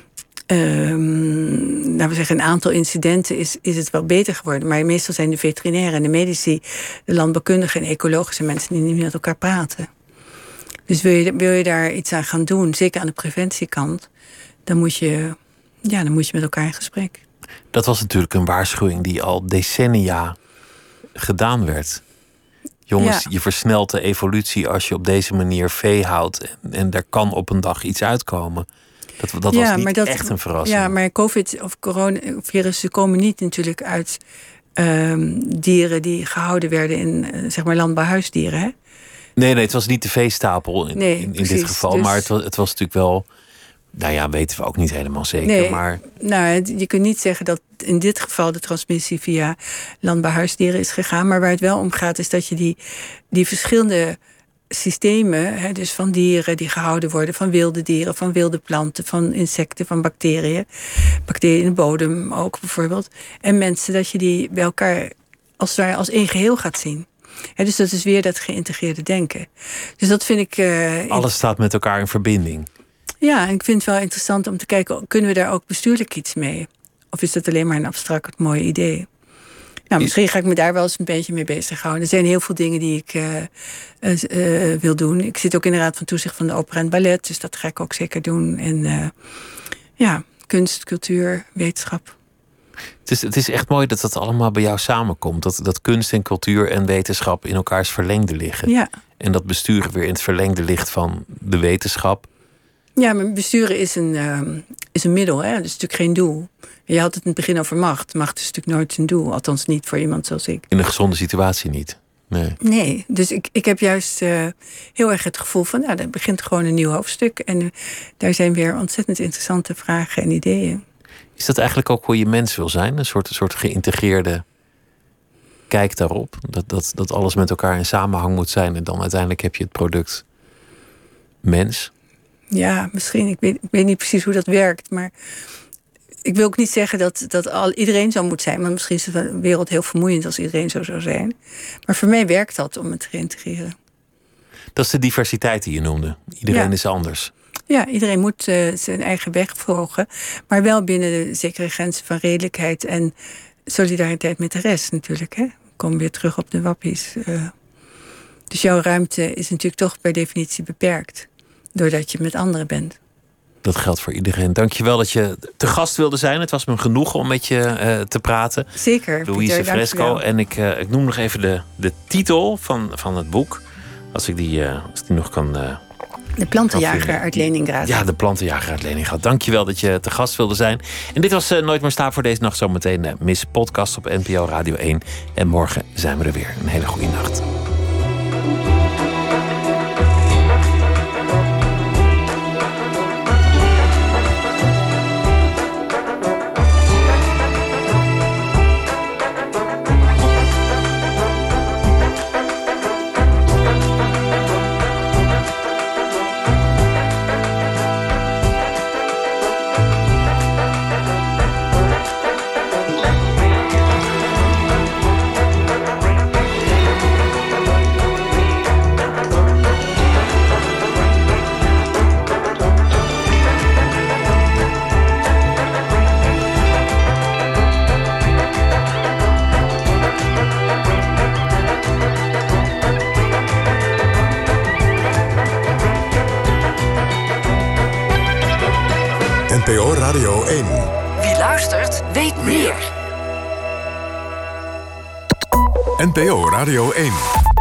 Um, laten we zeggen, een aantal incidenten is, is het wel beter geworden. Maar meestal zijn de veterinairen en de medici, de landbouwkundigen en ecologische mensen die niet meer met elkaar praten. Dus wil je, wil je daar iets aan gaan doen, zeker aan de preventiekant, dan moet je, ja, dan moet je met elkaar in gesprek. Dat was natuurlijk een waarschuwing die al decennia gedaan werd. Jongens, ja. Je versnelt de evolutie als je op deze manier vee houdt. En, en er kan op een dag iets uitkomen. Dat, dat ja, was niet dat, echt een verrassing. Ja, maar COVID of coronavirussen komen niet natuurlijk uit um, dieren die gehouden werden in, zeg maar, landbouwhuisdieren. Hè? Nee, nee, het was niet de veestapel in, Nee, in, in precies, dit geval. dus- Maar het was, het was natuurlijk wel... Nou ja, weten we ook niet helemaal zeker. Nee, Maar nou, het- je kunt niet zeggen dat in dit geval de transmissie via landbouwhuisdieren is gegaan. Maar waar het wel om gaat is dat je die, die verschillende systemen, hè, dus van dieren die gehouden worden, van wilde dieren, van wilde planten, van insecten, van bacteriën, bacteriën in de bodem ook bijvoorbeeld, en mensen, dat je die bij elkaar als, het ware als één geheel gaat zien. Hè, dus dat is weer dat geïntegreerde denken. Dus dat vind ik... Uh, alles staat met elkaar in verbinding. Ja, en ik vind het wel interessant om te kijken, kunnen we daar ook bestuurlijk iets mee? Of is dat alleen maar een abstract mooi idee? Nou, misschien ga ik me daar wel eens een beetje mee bezighouden. Er zijn heel veel dingen die ik uh, uh, uh, wil doen. Ik zit ook in de Raad van Toezicht van de Opera en Ballet, dus dat ga ik ook zeker doen. En uh, ja, kunst, cultuur, wetenschap. Het is, het is echt mooi dat dat allemaal bij jou samenkomt. Dat, dat kunst en cultuur en wetenschap in elkaars verlengde liggen. Ja. En dat besturen weer in het verlengde ligt van de wetenschap. Ja, maar besturen is een, uh, is een middel. Hè? Dat is natuurlijk geen doel. Je had het in het begin over macht. Macht is natuurlijk nooit een doel. Althans niet voor iemand zoals ik. In een gezonde situatie niet. Nee, nee dus ik, ik heb juist uh, heel erg het gevoel van... nou, er begint gewoon een nieuw hoofdstuk. En uh, daar zijn weer ontzettend interessante vragen en ideeën. Is dat eigenlijk ook hoe je mens wil zijn? Een soort, een soort geïntegreerde kijk daarop? Dat, dat, dat alles met elkaar in samenhang moet zijn... en dan uiteindelijk heb je het product mens? Ja, misschien. Ik weet, ik weet niet precies hoe dat werkt. Maar ik wil ook niet zeggen dat, dat al, iedereen zo moet zijn. Maar misschien is de wereld heel vermoeiend als iedereen zo zou zijn. Maar voor mij werkt dat om het te integreren. Dat is de diversiteit die je noemde. Iedereen ja. is anders. Ja, iedereen moet uh, zijn eigen weg volgen. Maar wel binnen de zekere grenzen van redelijkheid en solidariteit met de rest natuurlijk. Hè? Kom weer terug op de wappies. Uh, dus jouw ruimte is natuurlijk toch per definitie beperkt. Doordat je met anderen bent. Dat geldt voor iedereen. Dankjewel dat je te gast wilde zijn. Het was me genoegen om met je uh, te praten. Zeker. Louise Pieter, Fresco. En ik, uh, ik noem nog even de, de titel van, van het boek. Als ik die, uh, als ik die nog kan... Uh, de plantenjager uit Leningrad. Ja, de plantenjager uit Leningrad. Dankjewel dat je te gast wilde zijn. En dit was uh, Nooit meer slapen voor deze nacht. Zometeen uh, Miss Podcast op N P O Radio één. En morgen zijn we er weer. Een hele goede nacht. N P O Radio één. Wie luistert, weet meer. N P O Radio één.